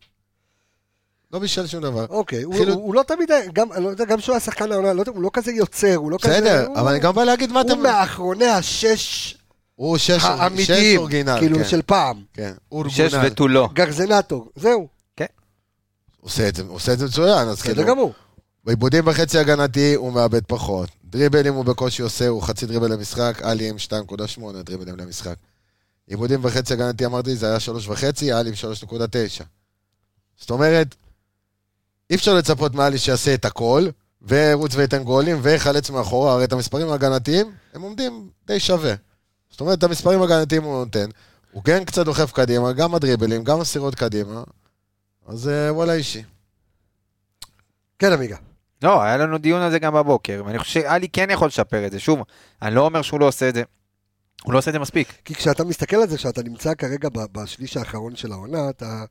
לא בישל שום דבר. אוקיי. הוא- חילו- הוא הוא לא תמיד, גם אני לא יודע, גם שהוא היה שחקן העונה, לא יודע, הוא לא כזה יוצר, הוא לא כזה... בסדר, הוא- אבל אני גם בא להגיד מה הוא אתם... מאחרוני השש הוא שש שש האמיתיים, אורגינל, כאילו כן. של פעם. כן. הוא שש אורגינל. ותו לא. גרזנטור, זהו. עושה את זה, הוא עושה את זה מצוין, אז בסדר כאילו... גמור. בעיבודים בחצי הגנתי הוא מאבד פחות. דריבלים הוא בקושי עושה, הוא חצי דריבל למשחק, אלי עם שתיים נקודה שמונה דריבלים למשחק. עיבודים בחצי הגנתי, אמרתי, זה היה שלוש וחצי, אלי עם שלוש נקודה תשע. זאת אומרת, אי אפשר לצפות מאלי שיעשה את הכל, ורוץ ויתן גולים, וחלץ מאחורה, הרי את המספרים ההגנתיים, הם עומדים די שווה. זאת אומרת, את המספרים ההגנתיים הוא נותן, הוא כן קצת דוחף קדימה, גם הדריבלים, גם הסירות קדימה, אז אה, וואלה אישי. כן, אמיגה. לא, היה לנו דיון על זה גם בבוקר, ואני חושב שאלי כן יכול לשפר את זה. שוב, אני לא אומר שהוא לא עושה את זה. הוא לא עושה את זה מספיק. כי כשאתה מסתכל על זה, כשאתה נמצא כרגע ב- בשליש האחרון של העונה, אתה,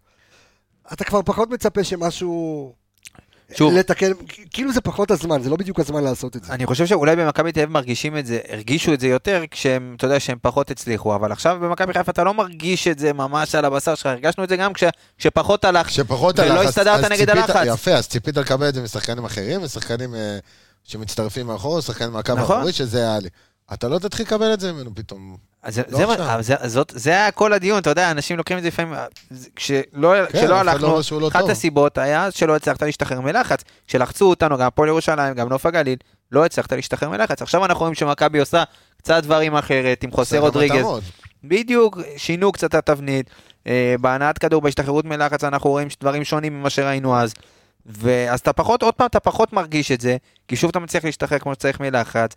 אתה כבר פחות מצפה שמשהו... שוב. לתקן, כאילו זה פחות הזמן, זה לא בדיוק הזמן לעשות את זה. אני חושב שאולי במכבי תל אביב מרגישים את זה, הרגישו את זה יותר כשהם, אתה יודע, שהם פחות הצליחו, אבל עכשיו במכבי חיפה אתה לא מרגיש את זה ממש על הבשר שלך, הרגשנו את זה גם כש, כשפחות הלך, שפחות ולא הלחץ, הסתדרת אז נגד ציפית- הלחץ. יפה, אז ציפית לקבל את זה משחקנים אחרים, משחקנים אה, שמצטרפים מאחור, שחקנים מהקו נכון. האחורי, שזה היה לי. אתה לא תתחיל לקבל את זה ממנו פתאום. אז זה, לא זה, מה- עכשיו. זה, זאת, זה היה כל הדיון, אתה יודע, אנשים לוקחים את זה לפעמים, זה- כשלא, כן, כשלא אף אחד לא הלכנו, אומר שהוא לא אחת טוב. הסיבות היה שלא הצלחת להשתחרר מלחץ, כשלחצו אותנו, גם הפועל ירושלים, גם נוף הגליל, לא הצלחת להשתחרר מלחץ, עכשיו אנחנו רואים שמכבי עושה קצת דברים אחרת, עם חוסר בסדר, רודריגז, מתאמות. בדיוק, שינו קצת את התבנית, אה, בהנעת כדור, בהשתחררות מלחץ, אנחנו רואים דברים שונים ממה שראינו אז, ואז אתה פחות, עוד פעם אתה פחות מרגיש את זה, כי שוב אתה מצליח להשתחרר כמו שצריך מלחץ,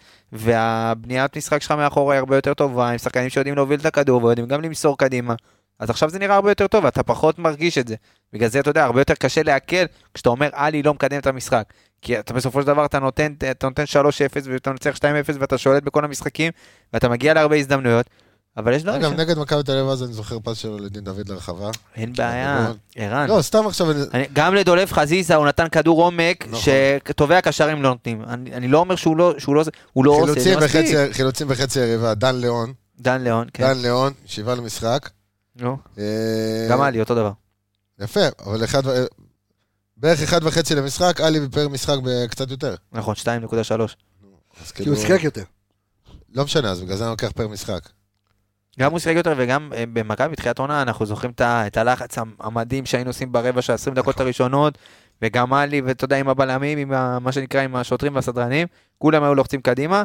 והבניית משחק שלך מאחורי הרבה יותר טובה, עם שחקנים שיודעים להוביל את הכדור, ויודעים גם למסור קדימה, אז עכשיו זה נראה הרבה יותר טוב, ואתה פחות מרגיש את זה, בגלל זה אתה יודע, הרבה יותר קשה להקל, כשאתה אומר, אלי לא מקדם את המשחק, כי אתה בסופו של דבר אתה נותן, אתה נותן שלוש אפס, ואתה נצח שתיים אפס, ואתה שולט בכל המשחקים, ואתה מגיע להרבה הזדמנויות, אבל יש דברים אגב, ש... נגד מכבי תל אביב אז אני זוכר פס שלו לדין דוד לרחבה. אין בעיה, ערן. לא, סתם עכשיו... אני- אני- גם לדולב חזיזה הוא נתן כדור עומק, נכון. שטובי הקשרים לא נותנים. אני אני לא אומר שהוא לא שהוא לא- הוא לא עושה, חילוצים זה מספיק. בחצי- חילוצים בחצי יריבה, דן ליאון, דן ליאון, כן. דן ליאון, שבעה למשחק. נו, אה, גם עלי, אותו דבר. יפה, אבל אחד... ו- בערך אחד וחצי למשחק, אלי פר משחק בקצת יותר. נכון, שתיים נקודה שלוש. אז כי כאילו... הוא שיחק יותר. לא משנה, אז בגלל זה אני לוקח פר משחק. גם הוא שיחק יותר וגם אה, במכבי בתחילת עונה אנחנו זוכרים את ה- את הלחץ המדהים שהיינו עושים ברבע של עשרים דקות הראשונות, וגם עלי, ואתה יודע, עם הבלמים, עם ה- מה שנקרא, עם השוטרים והסדרנים, כולם היו לוחצים קדימה,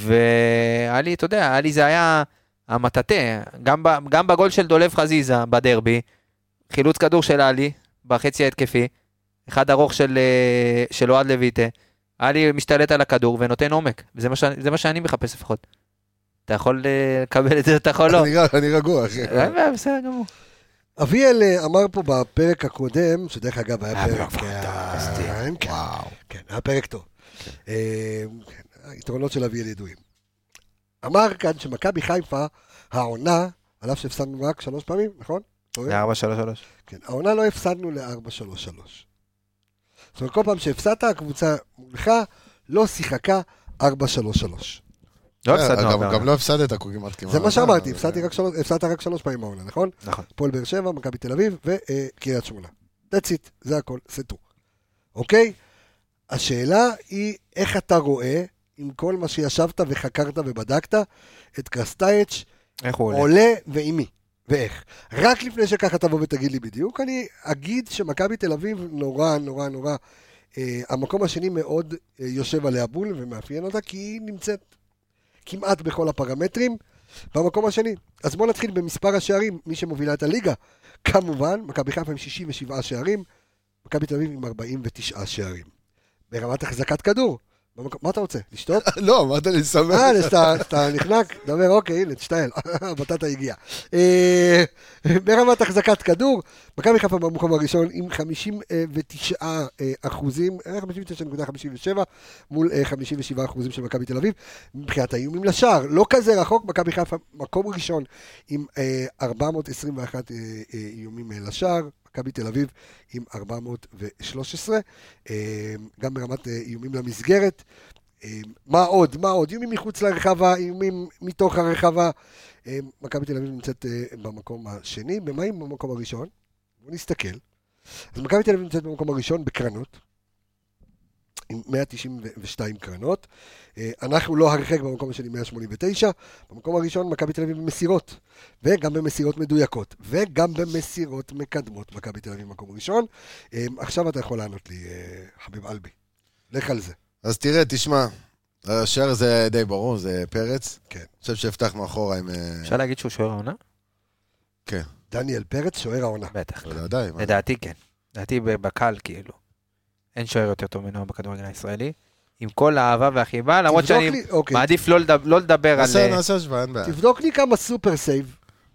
ועלי, אתה יודע, עלי זה היה המטאטה, גם ב- גם בגול של דולב חזיזה בדרבי, חילוץ כדור של עלי בחצי ההתקפי, אחד ארוך של, אה, של אוהד לויטה, עלי משתלט על הכדור ונותן עומק, וזה מה, ש... זה מה שאני מחפש לפחות. אתה יכול אה, לקבל את זה, אתה יכול לא. אני רגוע, אני רגוע, אחי. אה, בסדר גמור. אביאל אה, אמר פה בפרק הקודם, שדרך אגב היה היה פרק... פרק פנטסטי. כן, כן, וואו. כן, היה פרק טוב. אה, כן, היתרונות של אביאל ידועים. אמר כאן שמכבי חיפה, העונה, על אף שהפסדנו רק שלוש פעמים, נכון? ל-ארבע שלוש שלוש. כן, העונה לא הפסדנו ל-ארבע שלוש שלוש. זאת אומרת, כל פעם שהפסדת, הקבוצה מולך לא שיחקה ארבע שלוש שלוש. לא הפסדנו. גם לא הפסדת כמעט כמעט. זה מה שאמרתי, הפסדת רק שלוש פעמים העונה, נכון? נכון. פועל באר שבע, מכבי תל אביב וקריית שמונה. That's it, זה הכל, זה טו. אוקיי? השאלה היא איך אתה רואה, עם כל מה שישבת וחקרת ובדקת, את קרסטייץ' איך הוא עולה? עולה ועם מי, ואיך. רק לפני שככה תבוא ותגיד לי בדיוק, אני אגיד שמכבי תל אביב נורא נורא נורא, אה, המקום השני מאוד אה, יושב עליה בול ומאפיין אותה, כי היא נמצאת כמעט בכל הפרמטרים במקום השני. אז בואו נתחיל במספר השערים, מי שמובילה את הליגה, כמובן, מכבי חיפה עם שישים ושבעה שערים, מכבי תל אביב עם ארבעים ותשעה שערים. ברמת החזקת כדור. מה אתה רוצה? לשתות? לא, אמרת לי שמח. אה, אתה נחנק? דבר, אוקיי, הנה, תשתעל. הבטטה הגיעה. ברמת החזקת כדור, מכבי חיפה במקום הראשון עם חמישים ותשעה אחוזים, חמישים ותשע נקודה חמישים ושבע, מול חמישים ושבעה אחוזים של מכבי תל אביב. מבחינת האיומים לשער, לא כזה רחוק, מכבי חיפה מקום ראשון עם ארבע מאות עשרים ואחת איומים לשער, מכבי תל אביב עם ארבע מאות ושלוש עשרה, גם ברמת איומים למסגרת. מה עוד? מה עוד? איומים מחוץ לרחבה, איומים מתוך הרחבה. מכבי תל אביב נמצאת במקום השני. במה היא במקום הראשון? בואו נסתכל. אז מכבי תל אביב נמצאת במקום הראשון בקרנות, עם מאה תשעים ושתיים קרנות. אנחנו לא הרחק במקום השני מאה שמונים ותשע. במקום הראשון מכבי תל אביב במסירות, וגם במסירות מדויקות, וגם במסירות מקדמות. מכבי תל אביב במקום ראשון. עכשיו אתה יכול לענות לי, חביב אלבי. לך על זה. אז תראה, תשמע, השער זה די ברור, זה פרץ. כן. אני חושב שהפתח מאחורה עם... אפשר להגיד שהוא שוער העונה? כן. דניאל פרץ, שוער העונה. בטח. לדעתי. לדעתי כן. לדעתי בקל כאילו. אין שוער יותר טוב ממנו בכדורגל הישראלי. עם כל האהבה והחיבה, למרות שאני לי, אוקיי. מעדיף לא לדבר, לא לדבר על... נעשה, נעשה השוואה, אין בעיה. תבדוק לי כמה סופר סייב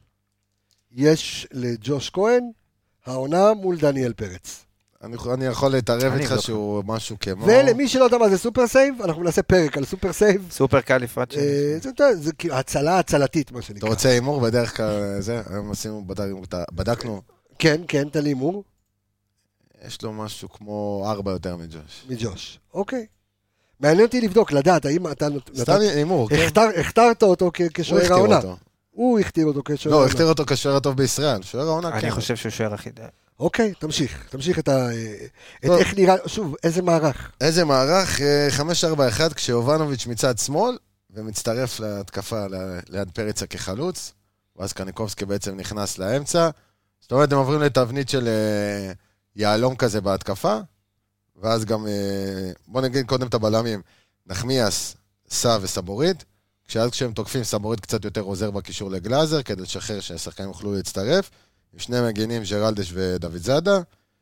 יש לג'וש כהן, העונה מול דניאל פרץ. אני, אני יכול להתערב אני איתך לא. שהוא משהו כמו... ולמי שלא יודע מה זה סופר סייב, אנחנו נעשה פרק על סופר סייב. סופר קל לפרט שני. אה, זה, זה כאילו הצלה הצלתית, מה אתה שנקרא. רוצה אימור בדרך כלל זה? היום עשינו, בדקנו, בדקנו. כן, כן, תן לי הימור. יש לו משהו כמו ארבע יותר מג'וש. מג'וש. אוקיי. מעניין אותי לבדוק, לדעת, האם אתה... סתם אימור, כן? הכתר- הכתרת אותו כ- הוא כשוער הכתיר העונה. אותו. הוא הכתיר אותו כשוער לא, העונה. הכתיר אותו כשוער הטוב בישראל. שוער העונה, כן. אני חושב שהוא שוער הכי... אוקיי, תמשיך. תמשיך את ה... את טוב. איך נראה... שוב, איזה מערך. איזה מערך, אה, חמש ארבע אחת כשיובנוביץ' מצד שמאל, ומצטרף להתקפה ל- ליד פריצה כחלוץ, ואז קניקובסקי בעצם נכנס לאמצע. זאת אומרת, הם עוברים לתבנית של אה, יעלום כזה בהתקפה, ואז גם, אה, בוא נגיד קודם את הבלמים, נחמיאס, סע וסבורית, כשאז כשהם תוקפים, סבורית קצת יותר עוזר בקישור לגלאזר, כדי לשחרר שהשחקנים יוכלו להצטרף, עם שני מגינים, ג'רלדש ודוד זאדה.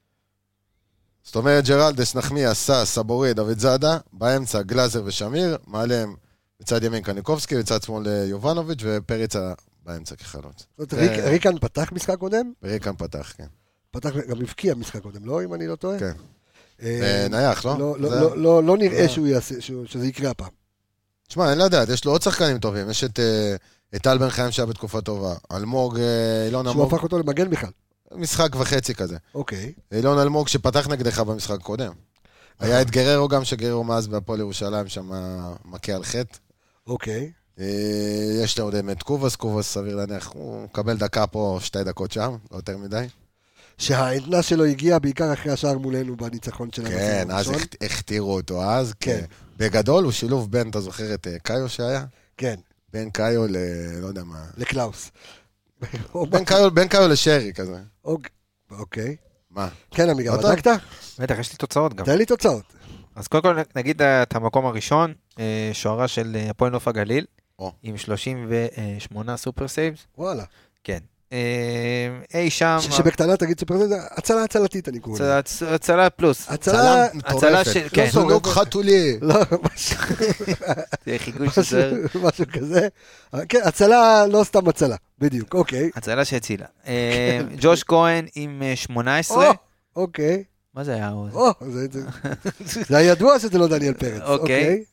זאת אומרת, ג'רלדש, נחמיאס, סע, סבורית, דוד זאדה, באמצע גלאזר ושמיר, מעליהם בצד ימין קניקובסקי, בצד שמאל יובנוביץ' ופריצה באמצע כחלוץ. זאת אומרת, ריק- ריקן פתח משחק קודם? וריקן פתח, כן. פתח, גם הבקיע משחק קודם, לא? אם אני לא טועה? כן. אה, נייח, לא? לא, לא, זה- לא, לא, לא נראה לא. שהוא יעשה, שהוא- שזה יקרה הפעם. תשמע, אין לדעת, יש לו עוד שחקנים טובים, יש את אה, את טל בן חיים שהיה בתקופה טובה, אלמוג, אה, אילון שהוא אלמוג, הפך אותו למגן בכלל. משחק וחצי כזה. אוקיי. אילון אלמוג שפתח נגדך במשחק קודם. היה את גררו גם, שגררו מאז בהפועל ירושלים, שם מכה על חטא. אוקיי. אה, יש לו עוד את קובס, קובס סביר להניח, הוא מקבל דקה פה, שתי דקות שם, לא יותר מדי. שהעדנה שלו הגיעה בעיקר אחרי השער מולנו בניצחון שלנו. כן, אז הראשון. הכ- הכתירו אותו אז. כן. כן. בגדול הוא שילוב בין, אתה זוכר את אה, קאיו שהיה? כן, בין קאיו ל... לא יודע מה. לקלאוס. בין קאיו, בין קאיו לשרי כזה. אוקיי. אוקיי. מה? כן, עמיגה, אתה? בדקת? בטח, יש לי תוצאות גם. תן לי תוצאות. אז קודם כל נגיד את המקום הראשון, אה, שוערה של אה, הפועל נוף הגליל, או. עם שלושים ושמונה סופר סייבס. וואלה. כן. אה, אי שם... ש- שבקטנה תגיד סופר, זה הצלה הצלתית אני קורא. לזה. הצ- הצלה פלוס. הצלה... הצלה של... כן. סולוק חתולי. לא, משהו- זה חיקוי של סוער. משהו- משהו כזה. כן, הצלה, לא סתם הצלה. בדיוק, אוקיי. הצלה שהצילה. אה, ג'וש כהן עם אה, שמונה עשרה. או, אוקיי. מה זה היה? או, זה- זה- זה היה ידוע שזה לא דניאל פרץ. אוקיי. אוקיי.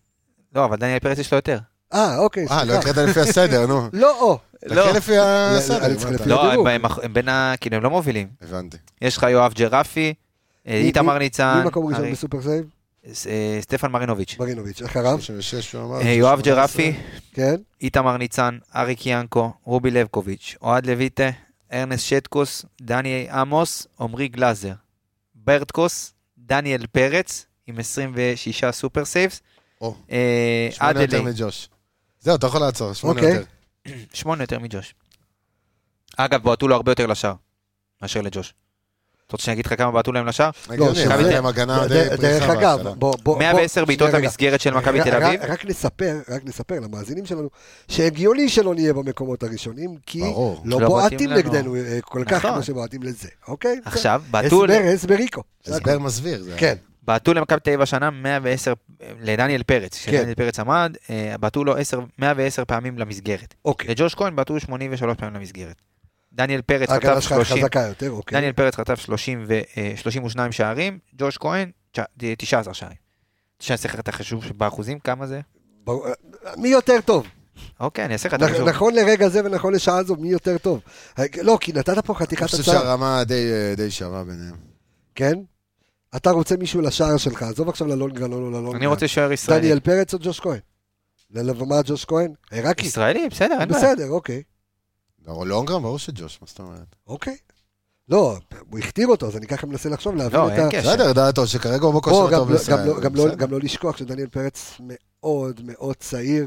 לא, אבל דניאל פרץ יש לו יותר. אה, אוקיי, אה, לא סליחה. הקראת לפי הסדר, נו. לא, או. תקריא לפי אני הסדר. צריך מה לפי- אתה- לא, הדירוג. הם- הם בין ה... כאילו, הם לא מובילים. הבנתי. יש לך יואב ג'רפי, אה, מי- איתמר מי- ניצן, מי מקום ראשון ארי- בסופר סייב? אה, סטפן מרינוביץ', מרינוביץ', אחריו? שלושים ושש, הוא אמר. אה, יואב שמונה עשרה. ג'רפי, כן. איתמר ניצן, אריק ינקו, רובי לבקוביץ', אוהד לויטה, ארנס שטקוס, דני עמוס, עמרי גלאזר, ברטקוס, דניאל פרץ, עם עשרים ושישה סופר סייבס, או, אה, שמונה יותר אדלי, מג'וש. זהו, אתה יכול לעצור, שמונה אוקיי. יותר. שמונה יותר מג'וש. אגב, בעטו לו הרבה יותר לשער, מאשר לג'וש. אתה רוצה שאני אגיד לך כמה בעטו להם לשער? הגיוני, שמע, אבל ד- הם הגנה ד- די דרך פריחה אגב, בהתחלה. בוא, בוא, מאה ועשר בוא, בעיטות שנייה, רגע. למסגרת של מכבי רק- תל אביב. רק- רק נספר, רק נספר למאזינים שלנו, שהגיוני שלא נהיה במקומות הראשונים, כי ברור. לא לא בועטים בועטים לנו. נגדנו אה, כל כך נכון. כמו שבועטים לזה, אוקיי? עכשיו, בעטו ל- הסבר, הסבריקו. זה הסבר הכל. מסביר. זה- כן, בעטו למכבי תל אביב השנה מאה ועשר, לדניאל פרץ, כן. כשדניאל פרץ עמד, אה, בעטו לו עשר- מאה ועשר פעמים למסגרת. אוקיי. לג'וש כהן בעטו שמונים ושלוש פעמים למסגרת. דניאל פרץ ההגנה חטף שלך שלושים, חזקה יותר, אוקיי. דניאל פרץ חטף שלושים ו- אה, שלושים ושניים שערים, ג'וש כהן תשע- תשע עשרה שערים. תשע עשרה את החישוב באחוזים, כמה זה? ברור, מי יותר טוב? אוקיי, אני אעשה לך את נכ- החישוב. נכון לרגע זה ונכון לשעה זו, מי יותר טוב? לא, כי נתת פה אני חתיכת חושב הצעה. שהרמה די- די שווה ביניהם. כן? אתה רוצה מישהו לשער שלך, עזוב עכשיו ללונגרן או לא ללונגרן. אני רוצה שוער ישראלי. דניאל פרץ או ג'וש כהן? למה ג'וש כהן? עיראקי? ישראלי, בסדר, אין בעיה. בסדר, אוקיי. לא, לונגרם, ברור שג'וש, מה זאת אומרת? אוקיי. לא, הוא הכתיר אותו, אז אני ככה מנסה לחשוב, להבין לא, את אין ה... קשר. בסדר, דעתו שכרגע הוא בוא, בכושר גם טוב לא- בישראל. גם לא- גם לא- בסדר. גם לא לשכוח שדניאל פרץ מאוד מאוד צעיר,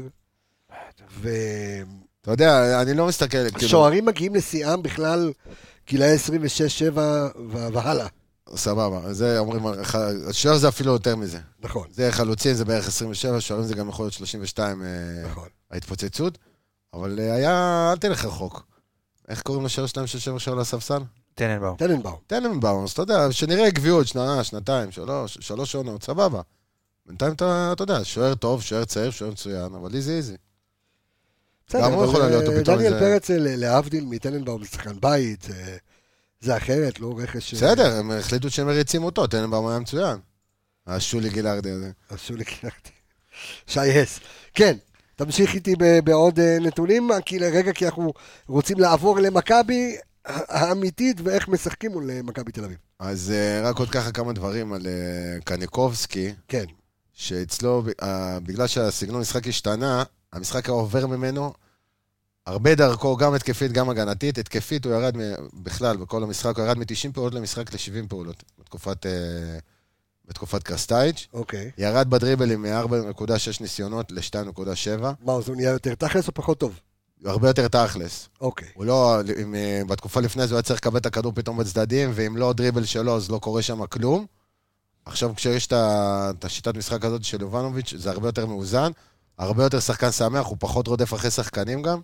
אתה יודע, אני לא מסתכל, כאילו, ושוערים מגיעים לשיאם בכלל גילאי עשרים ושש שבע והלאה. סבבה, זה אומרים, שוער זה אפילו יותר מזה. נכון, זה חלוצים, זה בערך עשרים ושבע, שוערים זה גם יכול להיות שלושים ושתיים אה, נכון. ההתפוצצות, אבל אה, היה, אל תלך רחוק. איך קוראים לשוער שתיים של שבע שער לספסל? טננבאום. טננבאום. טננבאום, אז אתה יודע, שנראה עקביות, שנה, שנתיים, שלוש, שלוש עונות, סבבה. בינתיים אתה, אתה יודע, שוער טוב, שוער צעיר, שוער מצוין, אבל איזי איזי. בסדר, גם הוא אבל, יכול להיות לו אה, פתאום דניאל איזה- פרץ, אה, להבדיל מטננבאום, זה שחקן בית, אה, זה אחרת, לא רכש... אה, בסדר, הם החליטו שהם מריצים אותו, טננבאום היה מצוין. השולי גילארדי הזה. אז שולי קילחתי. שי הס. כן, תמשיך איתי ב- בעוד אה, נתונים, כי לרגע, כי אנחנו רוצים לעבור למכבי האמיתית, ואיך משחקים מול אה, מכבי תל אביב. אז אה, רק עוד ככה כמה דברים על אה, קניקובסקי, כן, שאצלו, אה, בגלל שהסגנון משחק השתנה, המשחק עובר ממנו הרבה דרכו, גם התקפית, גם הגנתית. התקפית הוא ירד מ- בכלל, בכל המשחק, הוא ירד מ-תשעים פעולות למשחק ל-שבעים פעולות, בתקופת, אה, בתקופת קרסטייץ'. אוקיי. ירד בדריבלים מ-ארבע נקודה שש ניסיונות ל-שתיים נקודה שבע, מה, אז הוא נהיה יותר תכלס או פחות טוב? הרבה יותר תכלס. אוקיי. הוא לא, אם, אה, בתקופה לפני זה הוא היה צריך לקבל את הכדור פתאום בצדדים, ואם לא דריבל שלו, אז לא קורה שם כלום. עכשיו כשיש את ה- את השיטת משחק הזאת של יובנוביץ', זה הרבה יותר מאוזן, הרבה יותר שחקן שמח, הוא פחות רודף אחרי שחקנים גם.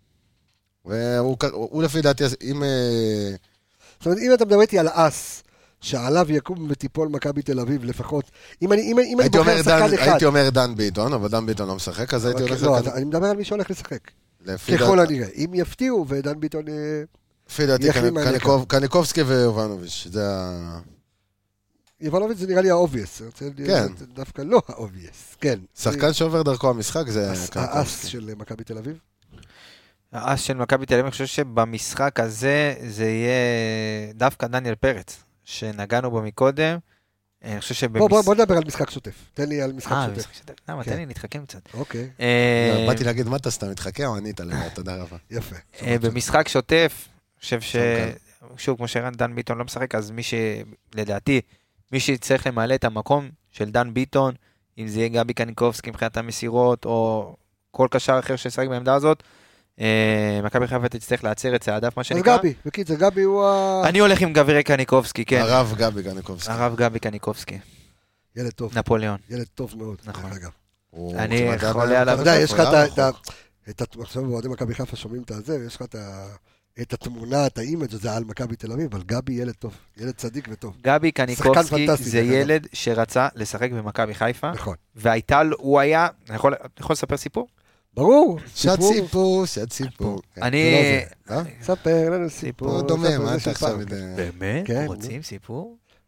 והוא הוא, הוא לפי דעתי, אם... אה, זאת אומרת, אם אתה מדבר איתי על האס, שעליו יקום ותיפול מכבי תל אביב לפחות, אם אני, אם, אם אני הייתי, בוחר אומר שחקן דן, אחד... הייתי אומר דן ביטון, אבל דן ביטון לא משחק, אז הייתי אבל הולך... לא, לכאן- אז אני מדבר על מי שהולך לשחק. לפי ככל דעת- הנראה. אם יפתיעו ודן ביטון... אה, לפי דעתי, יחלים קנ- מהנקר. קניקוב- קניקובסקי ויובנוביץ', זה ה... יובנוביץ' זה נראה לי האובייס. כן. דווקא לא האובייס. כן. שחקן שעובר דרכו המשחק זה האס קניקובסקי. של מכבי תל אביב. האס של מכבי תל אביב, אני חושב שבמשחק הזה זה יהיה דווקא דניאל פרץ, שנגענו בו מקודם. אני חושב שבמשחק... בוא, בוא, בוא נדבר על משחק שוטף. תן לי על משחק אה, שוטף. משחק שוטף. למה? כן. תן לי, נתחכם קצת. אוקיי, אה, באתי להגיד, מה אתה סתם מתחכה או ענית לך? תודה רבה. יפה. אה, במשחק שוטף, אני חושב ש... כן. שוב, כמו שרן דן ביטון לא משחק, אז מי ש... לדעתי, מי שצריך למלא את המקום של דן ביטון, אם זה יהיה גבי קניקובסקי מבחינת המסירות, או כל קשר אחר שישחק בעמדה הזאת, אה, מכבי חיפה תצטרך להצר את צעדיו, מה אז שנקרא. גבי, בקיצר, גבי הוא ה... אני הולך עם גבי קניקובסקי, כן. הרב גבי קניקובסקי. הרב גבי קניקובסקי, ילד טוב. נפוליאון. ילד טוב מאוד. נכון. דרך אגב. הוא אני כמעט היה חולה ב- עליו. אתה יודע, יש לך הוא את היה ה... את ה- רחוק. את ה... עכשיו באוהדי מכבי חיפה שומעים את הזה, יש לך את ה... את התמונה, את האימג' הזה על מכבי תל אביב, אבל גבי ילד טוב, ילד צדיק וטוב. גבי קניקובסקי פנטסטי, זה דרך אגב. ילד שרצה לשחק במכבי חיפה, נכון. והייתה, לו- הוא היה, אני יכול אני יכול לספר סיפור? ברור. שעת סיפור. סיפור, שעת סיפור. כן. אני... זה לא זה, אה? ספר לנו סיפור. סיפור דומה, ספר מה לנו אתה סיפור. עכשיו... יודע? באמת? כן, רוצים סיפור?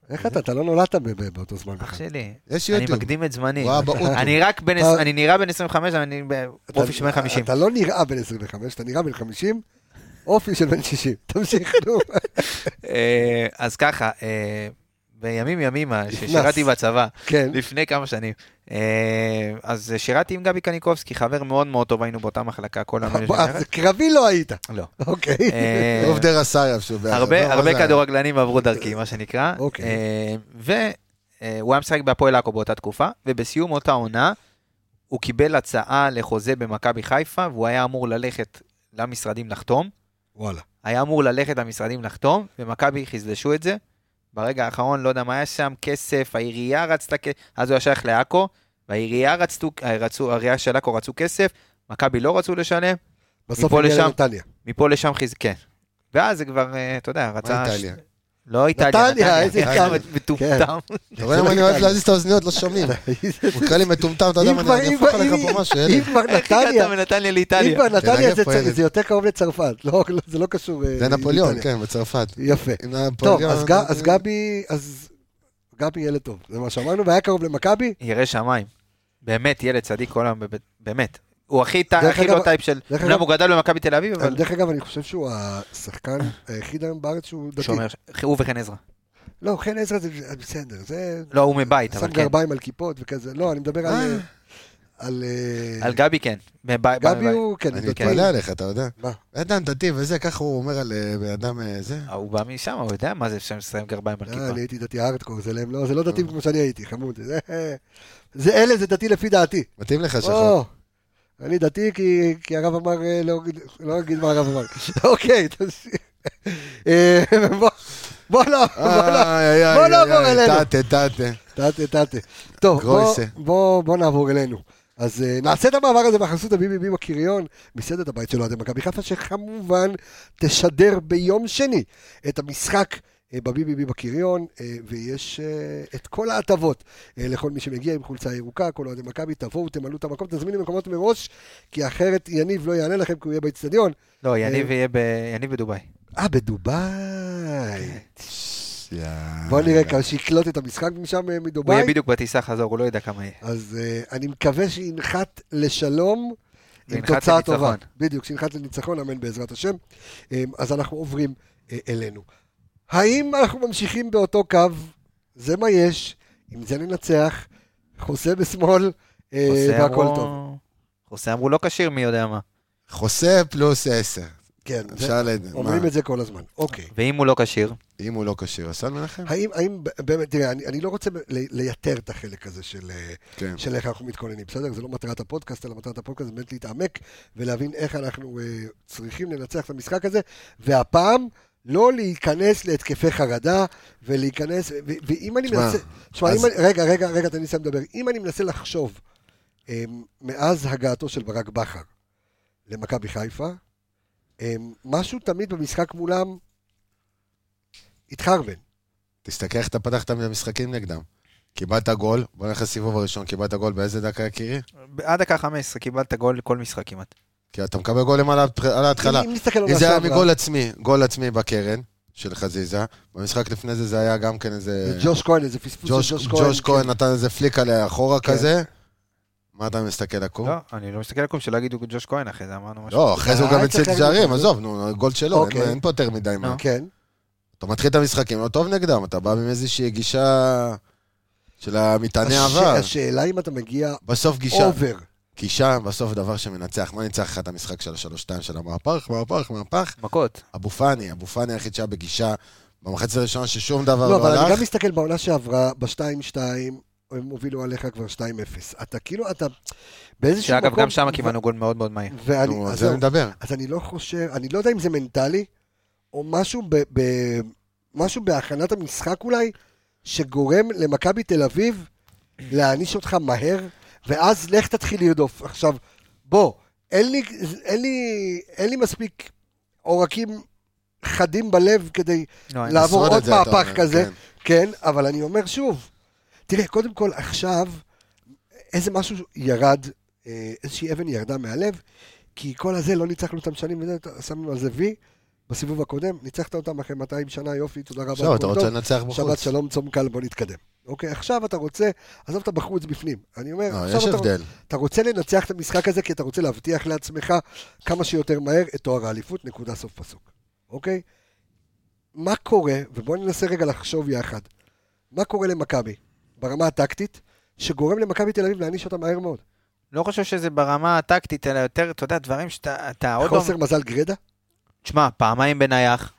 איך אתה? אתה לא נולדת באותו זמן. אח שלי. יש אני יוטיוב. מקדים את זמני. וואו, באוטו. אני רק בן, אתה- אני נראה בן עשרים וחמש, אבל אני באופי של בן חמישים. אתה לא נראה בן עשרים וחמש, אתה נראה בן חמישים, אופי של בן שישים. תמשיך, נו. אה, אז ככה, אה, בימים ימימה, ששירתי בצבא, כן. לפני כמה שנים, אה, אז שירתי עם גבי קניקובסקי, חבר מאוד מאוד טוב, היינו באותה מחלקה, כל המנהל בוא, אז קרבי לא היית. לא. אוקיי. אה, עוף דר אסייב שהוא בעד. הרבה לא, הרבה זה- כדורגלנים עברו דרכי, מה שנקרא. אוקיי. והוא היה משחק בהפועל עכו באותה תקופה, ובסיום אותה עונה, הוא קיבל הצעה לחוזה במכבי חיפה, והוא היה אמור ללכת למשרדים לחתום. וואלה. היה אמור ללכת למשרדים לחתום, ומכבי חזלשו את זה. ברגע האחרון, לא יודע מה היה שם, כסף, העירייה רצתה, אז הוא היה שייך לעכו, והעירייה רצו, רצו, העירייה של עכו רצו כסף, מכבי לא רצו לשלם, בסוף מפה הגיע לשם. לנתניה. מפה לשם חיז... כן. ואז זה כבר, אה, אתה יודע, רצה... מה איטליה? לא איטליה, נתניה, איזה נתניה, איטליה. מטומטם. אתה רואה למה אני אוהב להזיז את האוזניות, לא שומעים. הוא קרא לי מטומטם, אתה יודע אם מה, כבר- אני אם אהפוך כבר- עליך אם- פה משהו, אם ילד. כבר איך נתניה, הגעת מנתניה אם לאיטליה? כבר נתניה זה פה, צ- ילד. זה יותר קרוב לצרפת, לא, לא, זה לא קשור אה, זה נפוליאון, לאיטליה. כן, בצרפת. יפה. אם טוב, נפוליאון- אז ג- אז גבי, אז גבי ילד טוב, זה מה שאמרנו, והיה קרוב למכבי. ירא שמיים. באמת, ילד צדיק כל היום, בבית- באמת. הוא הכי טי- דרך הכי אגב- לא טייפ של... דרך אומנם אגב- הוא גדל במכבי תל אביב, אבל... דרך אגב, אני חושב שהוא השחקן היחיד היום בארץ שהוא דתי. שאומר, הוא וחן עזרא. לא, חן עזרא זה בסדר, זה... לא, הוא מבית, שם אבל כן. גרביים על כיפות וכזה, לא, אני מדבר על... אה, על... אה, על גבי כן. מבית- גבי בבית. הוא, כן, אני דתי. מתפלא עליך, אתה יודע. מה? אדם דתי וזה, ככה הוא אומר על אה, בן אדם אה, זה. אה, הוא בא משם, הוא יודע מה זה שם שמים גרביים על אה, כיפה. אני הייתי דתי הארדקור, זה להם, לא, זה לא דתי כמו שאני הייתי, חמוד. זה- זה אלה, זה דתי לפי דעתי. מתאים לך שחור. או, אני דתי כי, כי הרב אמר, אה, לא, לא אגיד מה הרב אמר. אוקיי, תמשיך. אה, בוא, בוא לא, בוא לא, בוא נעבור אלינו. טאטה, טאטה. טאטה, טאטה. טוב, בוא, גרויסה. בוא, בוא נעבור אלינו. אז uh, נעשה את המעבר הזה בחסות הבי בי בי בקריון, מסעדת הבית שלו, אתם מכבי חיפה, שכמובן תשדר ביום שני את המשחק uh, בבי בי בי בקריון, uh, ויש uh, את כל ההטבות uh, לכל מי שמגיע עם חולצה ירוקה, כל אוהדי מכבי, תבואו, תמלאו את המקום, תזמינו מקומות מראש, כי אחרת יניב לא יענה לכם, כי הוא יהיה באצטדיון. לא, יניב יהיה ב- יניב בדובאי. אה, בדובאי. יאללה. בוא נראה כמה שיקלוט את המשחק משם אה, הוא מדובאי. יהיה בדיוק בטיסה חזור, הוא לא יודע כמה יהיה. אז uh, אני מקווה שינחת לשלום עם וינחת תוצאה לניצחון. טובה. בדיוק, שינחת לניצחון, אמן בעזרת השם. Um, אז אנחנו עוברים uh, אלינו. האם אנחנו ממשיכים באותו קו? זה מה יש, עם זה ננצח, חוסה בשמאל, uh, חוסה והכל אמרו- טוב. חוסה אמרו לא כשיר, מי יודע מה. חוסה פלוס עשר. כן, זה, אפשר לדעת. אומרים את זה כל הזמן. אוקיי. ואם הוא לא כשיר, אם הוא לא כשיר, אסן מנחם? האם, האם, באמת, תראה, אני, אני לא רוצה ל- לייתר את החלק הזה של, אה, כן. של איך אנחנו מתכוננים, בסדר? זה לא מטרת הפודקאסט, אלא מטרת הפודקאסט זה באמת להתעמק ולהבין איך אנחנו אה, צריכים לנצח את המשחק הזה, והפעם לא להיכנס להתקפי חרדה, ולהיכנס, ו- ואם אני תשמע, מנסה, תשמע, אז- אם אני, רגע, רגע, רגע, תן לי לסיים לדבר, אם אני מנסה לחשוב, אה, מאז הגעתו של ברק בכר למכבי חיפה, אה, משהו תמיד במשחק מולם התחרבן. תסתכל איך אתה פתחת מהמשחקים נגדם. קיבלת גול, בוא נלך לסיבוב הראשון, קיבלת גול באיזה דקה יקירי? עד דקה חמש עשרה קיבלת גול לכל משחק כמעט. כי אתה מקבל גולים על ההתח- על ההתחלה. אם- אם נסתכל על אם עונה זה היה שעברה, מגול עצמי, גול עצמי בקרן של חזיזה, במשחק לפני זה זה היה גם כן איזה... ג'וש כהן, איזה פספוס ג'וש של ג'וש כהן. ג'וש כהן נתן איזה פליק עליה אחורה כן. כזה. מה אתה מסתכל עקום? לא, אני לא מסתכל על כלום, שלא יגידו ג'וש כהן אחרי זה, אמרנו משהו. לא, אחרי זה הוא אה, גם צריך הציל להגיד שערים, את זה. עזוב, נו, גול שלו, אין- אוקיי. אין פה יותר מדי מה. כן. אתה מתחיל את המשחקים, לא טוב נגדם, אתה בא עם איזושהי גישה של המטעני הש- עבר. השאלה אם אתה מגיע בסוף גישה, אובר. גישה, בסוף דבר שמנצח. מה ניצח לך את המשחק של השלוש שתיים של המהפך, מהפך, מהפך? מכות. אבו פאני, אבו פאני היחיד שהיה בגישה במחצית הראשונה ששום דבר לא, לא אבל אני הלך. גם מסתכל בעונה שעברה, ב-שתיים שתיים, הם הובילו עליך כבר שתיים אפס. אתה כאילו, אתה באיזשהו מקום... שאגב, גם שם קיבלנו גול מאוד מאוד מהיר. ואני, נו, על אז זה אני זהו. מדבר. אז אני לא חושב, אני לא יודע אם זה מנטלי, או משהו ב... ב משהו בהכנת המשחק אולי, שגורם למכבי תל אביב להעניש אותך מהר, ואז לך תתחיל לרדוף. עכשיו, בוא, אין לי, אין לי, אין לי מספיק עורקים חדים בלב כדי לא, אין. לעבור לשרוד עוד את זה, אתה מהפך אומר, כזה, כן. כן, אבל אני אומר שוב, תראה, קודם כל עכשיו, איזה משהו ירד, אה, איזושהי אבן ירדה מהלב, כי כל הזה לא ניצחנו את המשנים, וזה, שמנו על זה וי, בסיבוב הקודם, ניצחת אותם אחרי מאתיים שנה, יופי, תודה רבה. עכשיו אתה רוצה לנצח בחוץ. שבת שלום, צום קל, בוא נתקדם. אוקיי, עכשיו אתה רוצה, עזוב את בחוץ בפנים. אני אומר, לא, עכשיו יש אתה, הבדל. אתה רוצה לנצח את המשחק הזה, כי אתה רוצה להבטיח לעצמך כמה שיותר מהר את תואר האליפות, נקודה סוף פסוק. אוקיי? מה קורה, ובואו ננסה רגע לחשוב יחד, מה קורה למכבי ברמה הטקטית, שגורם למכבי תל אביב להעניש אותה מהר מאוד? לא חושב שזה ברמה הטקטית, אלא יותר, אתה יודע, דברים שאתה אתה עוד... חוסר מזל גרדה? תשמע, פעמיים בנייח.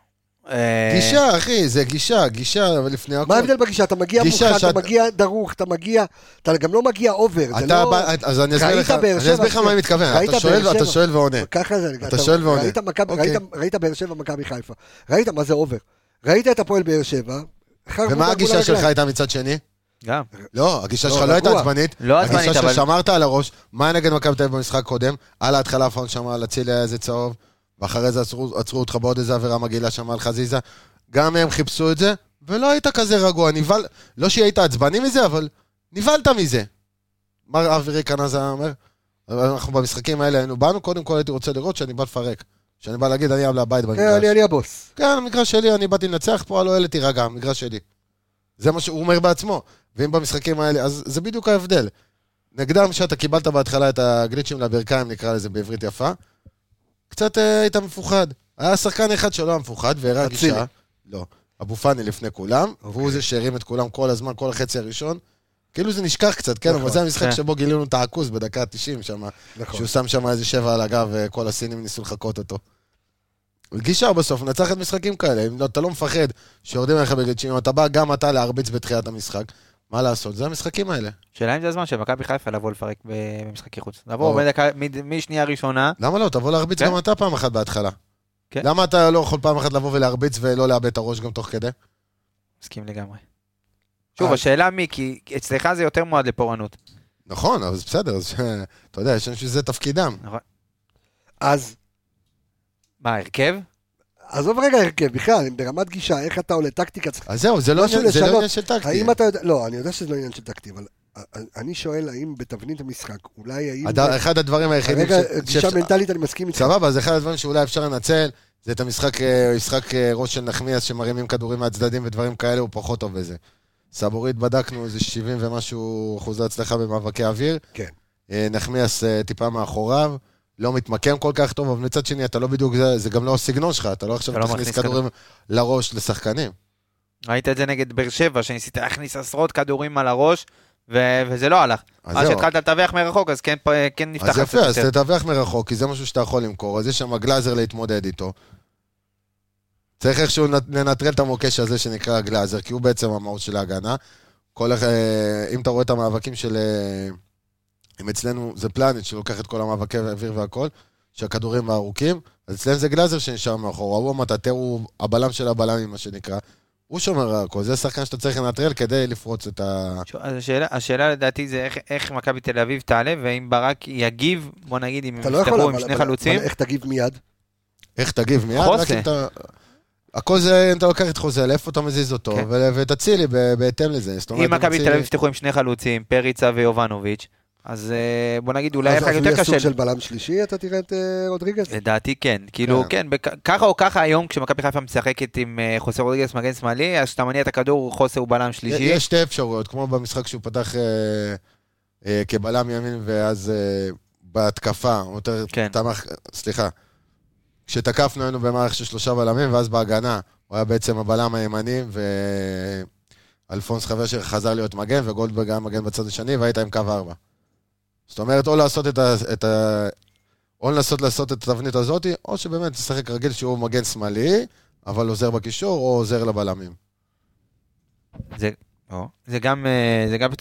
גישה, אחי, זה גישה, גישה, אבל לפני הכל. מה ההבדל בגישה? אתה מגיע מוכן, אתה מגיע דרוך, אתה מגיע, אתה גם לא מגיע אובר, זה לא... אז אני אסביר לך, אני אסביר לך מה אני מתכוון, אתה שואל ועונה. ככה זה, אתה שואל ועונה. ראית באר שבע מכבי חיפה, ראית מה זה אובר, ראית את הפועל באר שבע, ומה הגישה שלך הייתה מצד שני? גם. לא, הגישה שלך לא הייתה עצבנית, הגישה שלך שמרת על הראש, מה נגד מכבי תל אביב במשחק קודם, על ההתחלה פאון שמה להציל איזה צהוב, ואחרי זה עצרו, עצרו אותך בעוד איזה עבירה מגעילה שמה על חזיזה, גם הם חיפשו את זה, ולא היית כזה רגוע, ניבל, לא שהיית עצבני מזה, אבל ניבלת מזה. מר אבירי כאן אז אומר, אנחנו במשחקים האלה היינו באנו, קודם כל הייתי רוצה לראות שאני בא לפרק, שאני בא להגיד, אני אבא לבית במגרש. כן, אני, אני הבוס. כן, המגרש שלי, אני באתי לנצח פה, לא אלה תירגע, המגרש שלי. זה מה שהוא אומר בעצמו, ואם במשחקים האלה, אז זה בדיוק ההבדל. נגדם שאתה קיבלת בהתחלה את הגליצ'ים לברכיים, נקרא לזה בעברית יפה, קצת היית מפוחד. היה שחקן אחד שלא המפוחד, והראה גישה. לא, אבו פאני לפני כולם, והוא זה שהרים את כולם כל הזמן, כל החצי הראשון. כאילו זה נשכח קצת, כן, אבל זה המשחק שבו גילינו את העקוס בדקה ה-תשעים שם, שהוא שם שם איזה שבע על הגב, וכל הסינים ניסו לחכות אותו. גישה בסוף, נצחת משחקים כאלה, אם אתה לא מפחד שיורדים לך בגליצ'ים, אתה בא גם אתה להרביץ בתחילת המשחק, מה לעשות? זה המשחקים האלה. שאלה אם זה הזמן שמכבי חיפה לבוא לפרק במשחקי חוץ. לבוא משנייה ראשונה. למה לא? תבוא להרביץ גם אתה פעם אחת בהתחלה. למה אתה לא יכול פעם אחת לבוא ולהרביץ ולא לאבד את הראש גם תוך כדי? מסכים לגמרי. שוב, השאלה מי, כי אצלך זה יותר מועד לפורענות. נכון, אבל בסדר, אתה יודע, יש אנשים שזה תפקידם. אז... מה, הרכב? עזוב רגע הרכב, בכלל, ברמת גישה, איך אתה עולה טקטיקה... אז זהו, זה לא עניין של טקטי. האם אתה יודע... לא, אני יודע שזה לא עניין של טקטי, אבל אני שואל האם בתבנית המשחק, אולי האם... אחד הדברים היחידים... רגע, גישה מנטלית אני מסכים איתך. סבבה, אז אחד הדברים שאולי אפשר לנצל, זה את המשחק ראש של נחמיאס, שמרימים כדורים מהצדדים ודברים כאלה, הוא פחות טוב בזה. סבורית בדקנו איזה שבעים ומשהו אחוז הצלחה במאבקי אוויר. כן. נחמיאס טיפה מאחוריו. לא מתמקם כל כך טוב, אבל מצד שני, אתה לא בדיוק, זה, זה גם לא סגנון שלך, אתה לא עכשיו אתה תכניס כדורים כדור. לראש לשחקנים. ראית את זה נגד באר שבע, שניסית להכניס עשרות כדורים על הראש, ו- וזה לא הלך. אז שהתחלת לטווח מרחוק, אז כן, כן נפתח... אז יפה, אז תטווח מרחוק, כי זה משהו שאתה יכול למכור, אז יש שם גלאזר להתמודד איתו. צריך איכשהו לנטרל את המוקש הזה שנקרא גלאזר, כי הוא בעצם המהות של ההגנה. כל, אם אתה רואה את המאבקים של... אם אצלנו זה פלנט שלוקח את כל המאבקי האוויר והכל, שהכדורים הארוכים, אז אצלנו זה גלאזר שנשאר מאחור, הוא המטאטר, הוא הבלם של הבלמים, מה שנקרא. הוא שומר הכל, זה שחקן שאתה צריך לנטרל כדי לפרוץ את ה... השאלה, השאלה לדעתי זה איך, איך מכבי תל אביב תעלה, ואם ברק יגיב, בוא נגיד, אם הם יפתחו עם שני חלוצים. איך תגיב מיד? איך תגיב מיד? חוסה. אתה... הכל זה, אתה לוקח את חוזה, לאיפה אתה מזיז אותו, כן. ותצילי בהתאם לזה. אם מכבי תל אביב יפתחו עם שני חלוצים, פריצה ויובנוביץ', אז בוא נגיד, אולי איך יותר קשה. אז הוא יהיה סוג של בלם שלישי, אתה תראה את רודריגז? לדעתי כן, כאילו כן, ככה או ככה היום, כשמכבי חיפה משחקת עם חוסה רודריגז מגן שמאלי, אז כשאתה מניע את הכדור, חוסה הוא בלם שלישי. יש שתי אפשרויות, כמו במשחק שהוא פתח כבלם ימין, ואז בהתקפה, סליחה, כשתקפנו היינו במערכת של שלושה בלמים, ואז בהגנה, הוא היה בעצם הבלם הימני, ואלפונס חבר שחזר להיות מגן, וגולדברג היה מגן בצד השני, והיית עם קו ארבע. זאת אומרת, או לעשות את ה... את ה... או לנסות לעשות את התבנית הזאת, או שבאמת תשחק רגיל שהוא מגן שמאלי, אבל עוזר בקישור, או עוזר לבלמים. זה, או, זה גם, זה גם,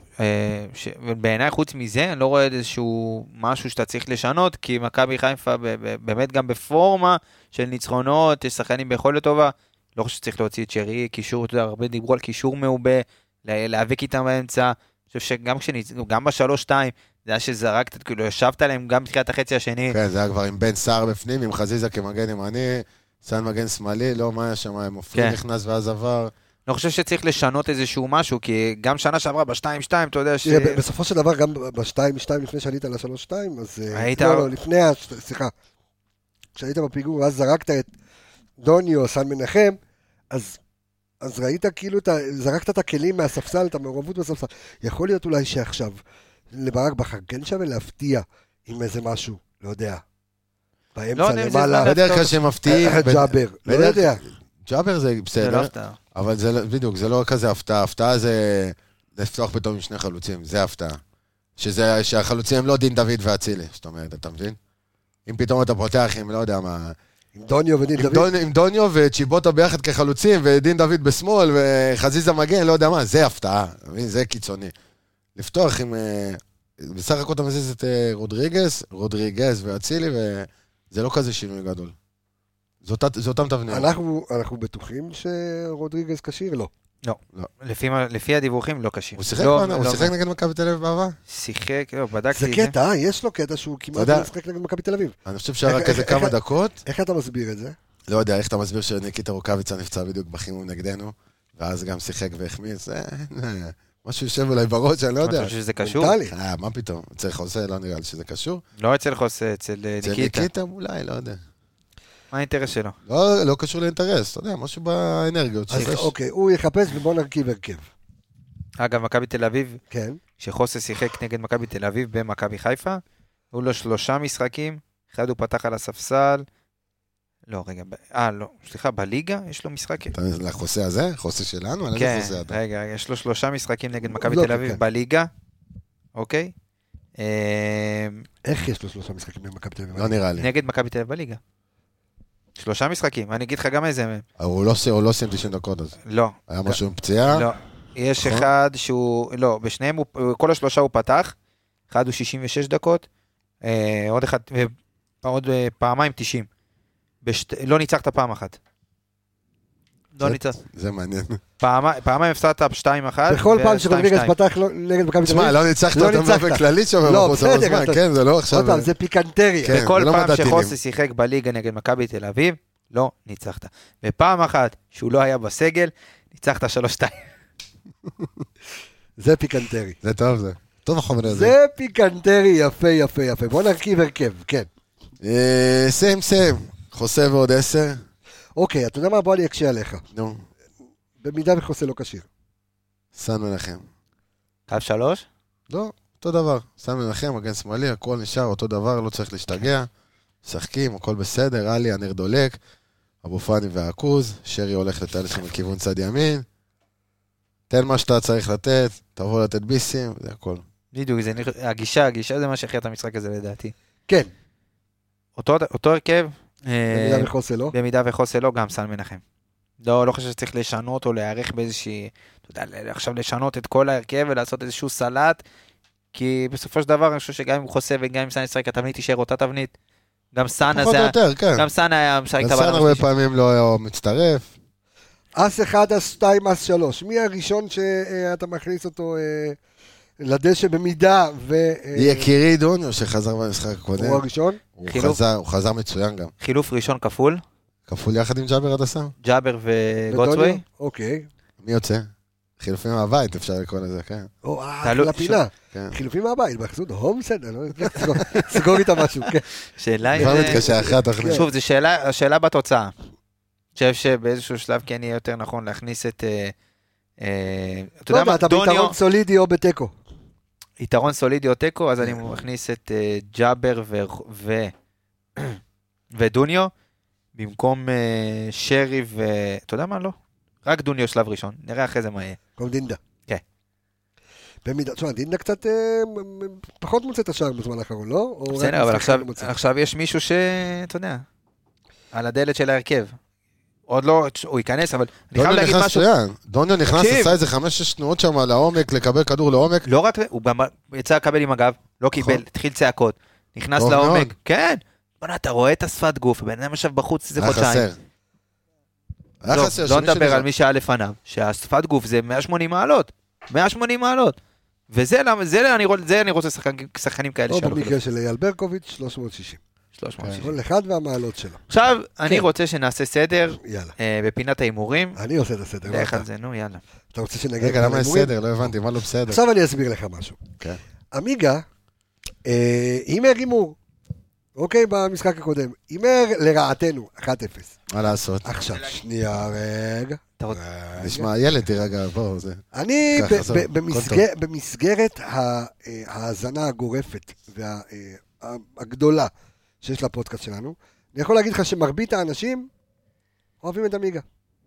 בעיניי חוץ מזה, אני לא רואה איזשהו משהו שאתה צריך לשנות, כי מכבי חיפה באמת גם בפורמה של ניצחונות, יש שחקנים ביכולת טובה, לא חושב שצריך להוציא את שרי, קישור, אתה יודע, הרבה דיברו על קישור מעובה, להיאבק איתם באמצע, אני חושב שגם כשניצחנו, גם בשלוש שתיים, זה היה שזרקת, כאילו, ישבת עליהם גם בתחילת החצי השני. כן, זה היה כבר עם בן סער בפנים, עם חזיזה כמגן ימני, סן מגן שמאלי, לא, מה היה שם, הם מופרים, נכנס ואז עבר. אני חושב שצריך לשנות איזשהו משהו, כי גם שנה שעברה ב-שתיים שתיים, אתה יודע ש... בסופו של דבר, גם ב-שתיים שתיים לפני שעלית ל-שלוש שתיים, אז... היית... לא, לא, לפני, סליחה, כשהיית בפיגור, אז זרקת את דוניו, סן מנחם, אז, אז ראית כאילו, אתה, זרקת את הכלים מהספסל, את המעורבות בספסל. יכול להיות אולי שעכשיו, לברק בכר, כן שווה להפתיע עם איזה משהו, לא יודע. באמצע למעלה. בדרך כלל שהם מפתיעים. ג'אבר, לא יודע. ג'אבר זה זה בסדר. לא הפתעה. אבל זה בדיוק, זה לא כזה הפתעה. הפתעה זה לפתוח פתאום עם שני חלוצים, זה הפתעה. שזה, שהחלוצים הם לא דין דוד ואצילי, זאת אומרת, אתה מבין? אם פתאום אתה פותח עם, לא יודע מה... עם דוניו ודין עם דוד. דוניו, עם דוניו וצ'יבוטה ביחד כחלוצים, ודין דוד בשמאל, וחזיזה מגן, לא יודע מה, זה הפתעה, זה קיצוני. לפתוח עם... בסך הכל אתה מזיז את רודריגס, רודריגס ואצילי, וזה לא כזה שינוי גדול. זה אותם תבניות. אנחנו, אנחנו בטוחים שרודריגס כשיר? לא. לא. לפי, לפי הדיווחים לא קשיר. הוא שיחק, לא, לא, הוא לא שיחק נגד מכבי תל אביב בעבר? שיחק, לא, בדקתי זה את זה. קטע, יש לו קטע שהוא כמעט לא משחק נגד מכבי תל אביב. אני חושב שהיה רק איזה כמה דקות. איך אתה מסביר את זה? לא יודע, איך אתה מסביר שניקיטה רוקאביצה נפצע בדיוק בחימום נגדנו, ואז גם שיחק והחמיץ, משהו יושב אולי בראש, אני לא יודע. אתה חושב שזה קשור? אה, מה פתאום? אצל חוסה לא נראה לי שזה קשור. לא אצל חוסה, אצל אצל ניקיטה. ניקיטה אולי, לא יודע. מה האינטרס שלו? לא, לא קשור לאינטרס, אתה יודע, משהו באנרגיות. אז אוקיי, הוא יחפש ובוא נרכיב הרכב. אגב, מכבי תל אביב, כן. שחוסה שיחק נגד מכבי תל אביב במכבי חיפה, היו לו שלושה משחקים, אחד הוא פתח על הספסל, לא, רגע, אה, לא, סליחה, בליגה יש לו משחק. אתה יודע, לחוסה הזה? חוסה שלנו? כן, רגע, יש לו שלושה משחקים נגד מכבי לא, תל אביב כן. בליגה, אוקיי? איך יש לו שלושה משחקים במכבי תל אביב? לא נראה לי. נגד מכבי תל אביב בליגה. שלושה משחקים, אני אגיד לך גם איזה מהם. הוא לא סיים תשעים דקות אז. לא. היה משהו עם פציעה? לא. יש אחד שהוא, לא, בשניהם, כל השלושה הוא פתח, אחד הוא שישים ושש דקות, עוד אחד, ועוד פעמיים תשעים. לא ניצחת פעם אחת. לא ניצחת. זה מעניין. פעמיים הפסדת שתיים אחת. בכל פעם שרודריגס פתח נגד מכבי תל אביב. תשמע, לא ניצחת אותם באופן כללי שם, לא, בסדר. כן, זה לא עכשיו... עוד פעם, זה פיקנטריה. בכל פעם שחוסה שיחק בליגה נגד מכבי תל אביב, לא ניצחת. ופעם אחת שהוא לא היה בסגל, ניצחת שלוש שתיים. זה פיקנטרי. זה טוב זה. טוב החומר הזה. זה פיקנטרי יפה יפה יפה. בוא נרכיב הרכב, כן. סיים סיים. חוסה ועוד עשר. אוקיי, אתה יודע מה? בוא אני אקשה עליך. נו. במידה וחוסה לא כשיר. סן מנחם. קו שלוש? לא, אותו דבר. סן מנחם, מגן שמאלי, הכל נשאר אותו דבר, לא צריך להשתגע. משחקים, הכל בסדר, עלי, הנר דולק, אבו פאני והעכוז, שרי הולך לטייל שם מכיוון צד ימין. תן מה שאתה צריך לתת, תבוא לתת ביסים, זה הכל. בדיוק, זה נראה, הגישה, הגישה זה מה שהכריע את המשחק הזה לדעתי. כן. אותו, אותו הרכב, במידה וחוסה לא. במידה וחוסה לא, גם סן מנחם. לא, לא חושב שצריך לשנות או להערך באיזושהי, אתה יודע, עכשיו לשנות את כל ההרכב ולעשות איזשהו סלט, כי בסופו של דבר אני חושב שגם אם הוא חוסה וגם אם סן ישחק, התבנית תישאר אותה תבנית. גם סן הזה, גם סן היה משחק את הבנה. סן הרבה פעמים לא היה מצטרף. אס אחד, אס שתיים, אס שלוש. מי הראשון שאתה מכניס אותו לדשא במידה ו... יקירי דוניו שחזר במשחק הקודם. הוא הראשון? הוא חזר מצוין גם. חילוף ראשון כפול. כפול יחד עם ג'אבר עד הסם? ג'אבר וגוטווי. אוקיי. מי יוצא? חילופים מהבית, אפשר לקרוא לזה, כן. או, אה, לפינה. חילופים מהבית, בחסות הומסד, סגור איתה משהו, כן. שאלה היא... כבר מתקשה אחת, שוב, זו שאלה בתוצאה. אני חושב שבאיזשהו שלב כן יהיה יותר נכון להכניס את... אתה יודע מה, אתה ביתרון סולידי או בטקו. יתרון סולידי או טקו, אז אני מכניס את ג'אבר ודוניו, במקום שרי ו... אתה יודע מה? לא. רק דוניו שלב ראשון. נראה אחרי זה מה יהיה. קום דינדה. כן. במידה, תשמע, דינדה קצת פחות מוצא את השער בזמן האחרון, לא? בסדר, אבל עכשיו יש מישהו ש... אתה יודע, על הדלת של ההרכב. עוד לא, הוא ייכנס, אבל אני חייב להגיד משהו. דוניו נכנס, עשה איזה חמש-שש תנועות שם לעומק, לקבל כדור לעומק. לא רק, הוא יצא לקבל עם הגב, לא קיבל, התחיל צעקות, נכנס לעומק. כן. בוא, אתה רואה את השפת גוף, בן אדם עכשיו בחוץ איזה חודשיים. לא נדבר על מי שהיה לפניו, שהשפת גוף זה מאה ושמונים מעלות. מאה ושמונים מעלות. וזה אני רוצה שחקנים כאלה. או במקרה של אייל ברקוביץ', שלוש מאות שישים. שלוש מאות שישים. כל אחד והמעלות שלו. עכשיו, אני רוצה שנעשה סדר בפינת האימורים. אני עושה את הסדר. לך על זה, נו, יאללה. אתה רוצה שנגיד... רגע, למה יש סדר? לא הבנתי, מה לא בסדר? עכשיו אני אסביר לך משהו. עמיגה, היא מהגימור. אוקיי, במשחק הקודם. הימר לרעתנו, אחת אפס. מה לעשות? עכשיו, שנייה, רגע. אתה רוצה- רגע. נשמע, ילד, תירגע, בוא, זה... אני ככה, ב- עזוב, ב- הכל במסגר- במסגרת ה- אה, ההאזנה הגורפת והגדולה שיש לפודקאסט שלנו, אני יכול להגיד לך שמרבית האנשים אוהבים את עמיגה.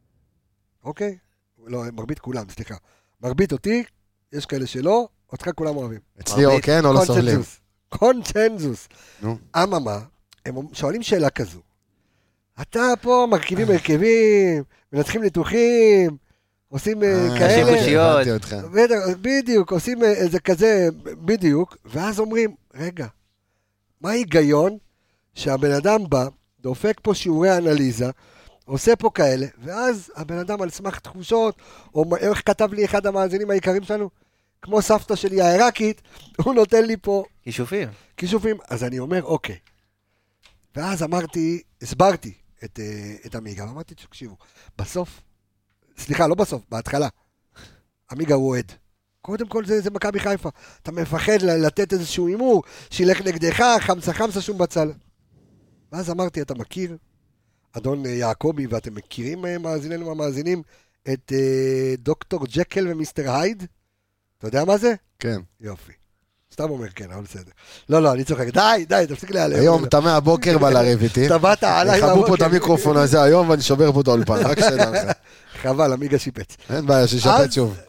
אוקיי? לא, מרבית כולם, סליחה. מרבית אותי, יש כאלה שלא, אותך כולם אוהבים. אצלי או כן או לא סובלים. קונצנזוס. קונצנזוס. נו. אממה, הם שואלים שאלה כזו. אתה פה מרכיבים הרכבים, מנתחים ניתוחים, עושים אה, אה, כאלה. חושיות. הבנתי אותך. בדיוק, בדיוק, עושים אה, איזה כזה, בדיוק, ואז אומרים, רגע, מה ההיגיון שהבן אדם בא, דופק פה שיעורי אנליזה, עושה פה כאלה, ואז הבן אדם על סמך תחושות, או איך כתב לי אחד המאזינים העיקרים שלנו, כמו סבתא שלי העיראקית, הוא נותן לי פה כישופים. כישופים, אז אני אומר, אוקיי. ואז אמרתי, הסברתי את, אה, את עמיגה, ואמרתי, תקשיבו, בסוף, סליחה, לא בסוף, בהתחלה, עמיגה הוא אוהד. קודם כל זה, זה מכבי חיפה. אתה מפחד לתת איזשהו הימור, שילך נגדך, חמסה חמסה שום בצל. ואז אמרתי, אתה מכיר, אדון יעקבי, ואתם מכירים מאזיננו המאזינים, את אה, דוקטור ג'קל ומיסטר הייד? אתה יודע מה זה? כן. יופי. סתם אומר כן, אבל בסדר. לא, לא, אני צוחק. די, די, תפסיק להיעלם. היום אתה מהבוקר בא לריב איתי. אתה באת עליי יכבו פה את בבוקר. המיקרופון הזה היום ואני שובר פה את האולפן, רק שתדע לך. חבל, עמיגה שיפץ. אין בעיה, שישפט אז- שוב.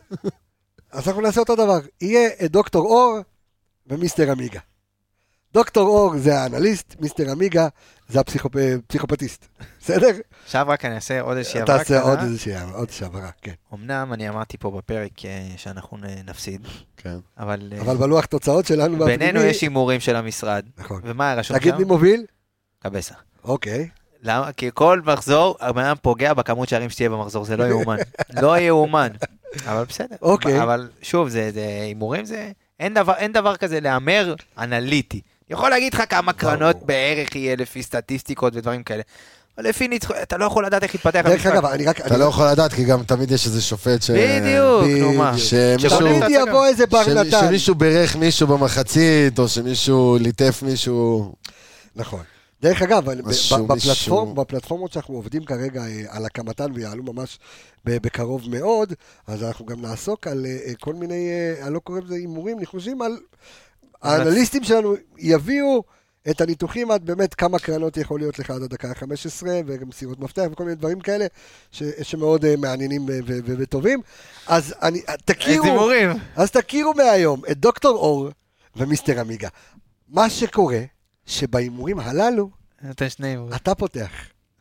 אז אנחנו נעשה אותו דבר. יהיה את דוקטור אור ומיסטר עמיגה. דוקטור אור זה האנליסט, מיסטר עמיגה זה הפסיכופטיסט. בסדר? עכשיו רק אני אעשה עוד איזושהי הברה תעשה עוד קטנה. איזושהי עוד שעברה, כן. אמנם אני אמרתי פה בפרק אה, שאנחנו נ- נפסיד, כן. אבל אה, אבל בלוח תוצאות שלנו בינינו בפנימי- יש הימורים של המשרד. נכון. ומה היה רשום תגיד שם? מי מוביל? קבסה. אוקיי. למה? כי כל מחזור, הבן אדם פוגע בכמות שערים שתהיה במחזור, זה לא יאומן. לא יאומן. אבל בסדר. אוקיי. אבל שוב, זה זה הימורים, זה... אין דבר, אין דבר כזה להמר אנליטי. יכול להגיד לך כמה קרנות בערך יהיה לפי סטטיסטיקות ודברים כאלה. אבל לפי ניצחון, אתה לא יכול לדעת איך יתפתח דרך המשחק. אגב, אני רק... אתה אני- לא יכול לדעת, כי גם תמיד יש איזה שופט ש... בדיוק, נו מה. שמישהו- שבונים את תמיד ההצגה. יבוא איזה בר ש- נתן. שמישהו בירך מישהו במחצית, או שמישהו ליטף מישהו... נכון. דרך אגב, ב- משהו, ב- בפלטפורם, מישהו. בפלטפורמות שאנחנו עובדים כרגע אה, על הקמתן ויעלו ממש ב- בקרוב מאוד, אז אנחנו גם נעסוק על אה, כל מיני, אה, אני לא קורא לזה הימורים, ניחושים על... האנליסטים שלנו יביאו את הניתוחים עד באמת כמה קרנות יכול להיות לך עד הדקה ה-חמש עשרה, וגם מסירות מפתח וכל מיני דברים כאלה, ש- שמאוד אה, מעניינים ו- ו- ו- וטובים. אז אני, תכירו... איזה הימורים. אז תכירו מהיום את דוקטור אור ומיסטר עמיגה. מה שקורה, שבהימורים הללו, נותן שני הימורים. אתה פותח.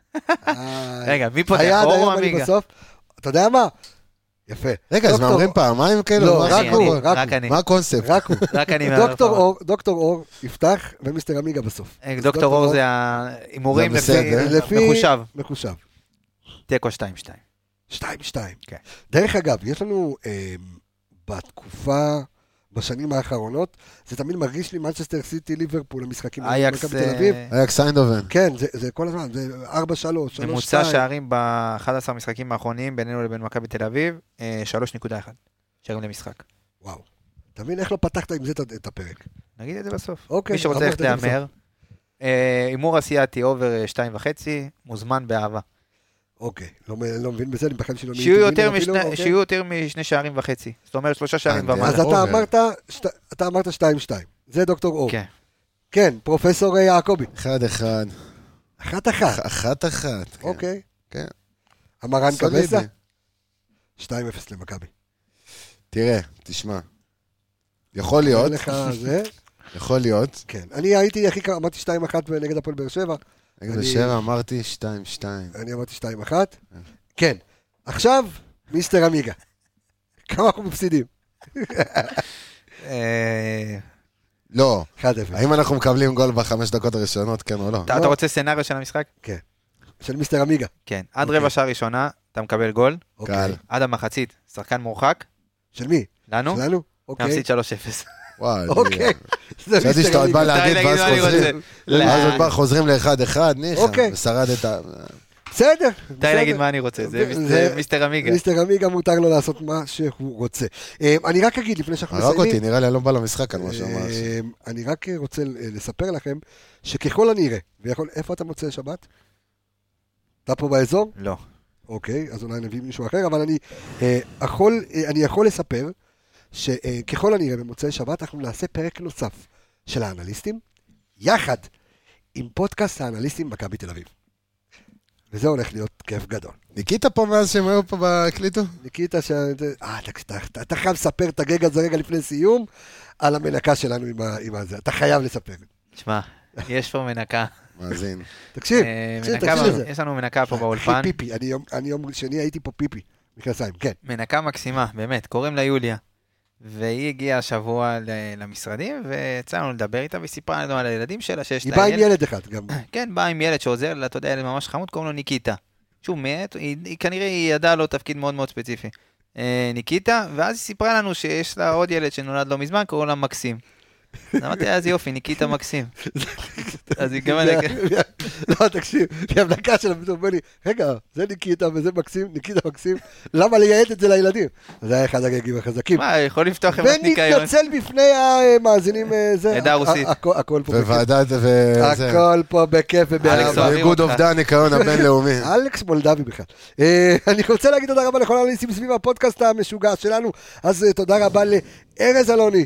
רגע, מי פותח? היעד אור או היום אני עמיגה? בסוף. אתה יודע מה? יפה. רגע, אז דוקטור- מהמרים פעמיים כאלו? לא, מה רק הסיפור? הוא, אני, רק רק הוא. אני. מה הקונספט? רק הוא. רק אני. דוקטור מהרפואה. אור, דוקטור אור יפתח ומיסטר עמיגה בסוף. אה, דוקטור אור זה ההימורים זה לפי בסדר. לפי- מחושב. מחושב. תיקו שתיים שתיים. שתיים, שתיים. כן. דרך אגב, יש לנו אה, בתקופה, בשנים האחרונות, זה תמיד מרגיש לי מנצ'סטר סיטי, ליברפול, המשחקים. אייקס, מכבי תל אביב. אה, היה סיינדובן. כן, זה, זה כל הזמן, זה ארבע שלוש, שלוש ממוצע שתיים. שערים ב-אחד עשר המשחקים האחרונים בינינו לבין מכבי תל אביב, אה, שלוש נקודה אחת שערים למשחק. וואו. אתה מבין איך לא פתחת עם זה את- את הפרק? נגיד את זה בסוף. אוקיי, מי שרוצה אמרת ללכת את זה להמר, אה, הימור אסיאתי אובר שתיים וחצי, מוזמן באהבה. אוקיי, לא, מ- לא מבין בזה, אני בחיים שלא שיהיו יותר אפילו, משני- אוקיי. שיהיו יותר משני שערים וחצי. זאת אומרת שלושה שערים אה, ומעלה. אז אתה אובר. אמרת, שת- אתה אמרת שתיים שתיים. זה דוקטור אור. כן. כן, פרופסור אה, יעקבי. אחד אחד. אחת אחת. אחת אחת. כן. אוקיי. כן. המרן סולידי. קבסה? שתיים אפס למכבי. תראה, תשמע. יכול להיות, אין לך זה. יכול להיות. כן. אני הייתי הכי קרוב, אמרתי שתיים אחת נגד הפועל באר שבע. נגד אני- השבע אמרתי שתיים שתיים. אני אמרתי שתיים אחת. כן. עכשיו, מיסטר עמיגה. כמה אנחנו מפסידים? אה, לא. אחד אפס. האם אנחנו מקבלים גול בחמש דקות הראשונות, כן או לא? אתה אתה רוצה סצנריו של המשחק? של מיסטר עמיגה. כן. עד אוקיי. רבע שעה ראשונה, אתה מקבל גול. אוקיי. קל. עד המחצית, שחקן מורחק. של מי? לנו? שלנו? אוקיי. נפסיד שלוש אפס. וואי. אוקיי. זה חשבתי מיסטר שאתה עוד בא עמיגה. להגיד, די, ואז להגיד מה אני חוזרים. רוצה. ואז עוד בא חוזרים לאחד אחד, ניחא. אוקיי. ושרד את ה... בסדר. די להגיד מה אני רוצה, זה מיסטר אמיגה. מיסטר אמיגה מותר לו לעשות מה שהוא רוצה. אני רק אגיד לפני שאנחנו הרג מסיימים. אותי, נראה לי אני לא בא למשחק על מה שאמר. אני רק רוצה לספר לכם שככל הנראה, איפה אתה מוצא שבת? אתה פה באזור? לא. אוקיי, אז אולי נביא מישהו אחר, אבל אני יכול, אני יכול לספר שככל הנראה במוצאי שבת אנחנו נעשה פרק נוסף של האנליסטים, יחד עם פודקאסט האנליסטים מכבי תל אביב. וזה הולך להיות כיף גדול. ניקיטה פה מאז שהם היו פה בהקליטו? ניקיטה, ש... אה, אתה, אתה, אתה חייב לספר את הגג הזה רגע לפני סיום, על המנקה שלנו עם, ה... עם הזה. אתה חייב לספר. תשמע, יש פה מנקה. מאזין. תקשיב, תקשיב, תקשיב לזה. יש לנו מנקה פה באולפן. אחי פיפי, אני יום, אני יום שני הייתי פה פיפי, מכנסיים, כן. מנקה מקסימה, באמת, קוראים לה יוליה. והיא הגיעה השבוע למשרדים, ויצאנו לדבר איתה, והיא סיפרה לנו על הילדים שלה, שיש לה ילד. היא באה עם ילד אחד גם. כן, באה עם ילד שעוזר לה, אתה יודע, ילד ממש חמוד, קוראים לו ניקיטה. שוב, מעט, כנראה היא ידעה לו תפקיד מאוד מאוד ספציפי. ניקיטה, ואז היא סיפרה לנו שיש לה עוד ילד שנולד לא מזמן, קוראים לה מקסים. אמרתי, אז יופי, ניקיטה מקסים. אז היא גם... לא, תקשיב, היא המנקה שלה, פתאום אומר לי, רגע, זה ניקיטה וזה מקסים, ניקיטה מקסים, למה לייעד את זה לילדים? זה היה אחד הגגים החזקים. מה, יכול לפתוח חברת ניקיון. ונתנצל בפני המאזינים, זה... עדה רוסית. הכל פה בכיף. וועדת וזה. הכל פה בכיף ובאהבה. איגוד עובדי הניקיון הבינלאומי. אלכס מולדבי בכלל. אני רוצה להגיד תודה רבה לכל האנליסטים סביב הפודקאסט המשוגע שלנו, אז תודה רבה לארז אלוני,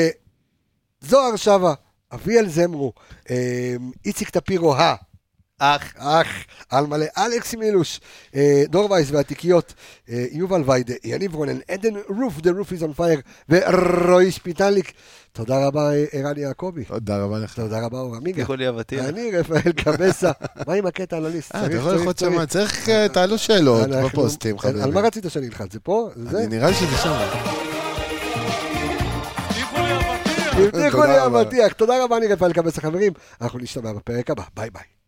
זוהר שווה, אביאל זמרו, איציק טפירו, אח, אח, על מלא, אלכס מילוש, דור וייס והתיקיות, יובל ויידה, יניב רונן, עדן רוף, the roof is on fire, ורועי שפיטליק. תודה רבה, ערן יעקבי. תודה רבה לך. תודה רבה, אור אמיגה. תיכו לי אבטיר. אני, רפאל קבסה. מה עם הקטע אנליסט? אה, אתה יכול ללחוץ שם, צריך, תעלו שאלות בפוסטים, חברים. על מה רצית שאני אלחץ? זה פה? אני נראה לי שזה שם. הבטיחו לי המבטיח. תודה רבה, אני רפאל קבסה, חברים. אנחנו נשתמע בפרק הבא. ביי ביי.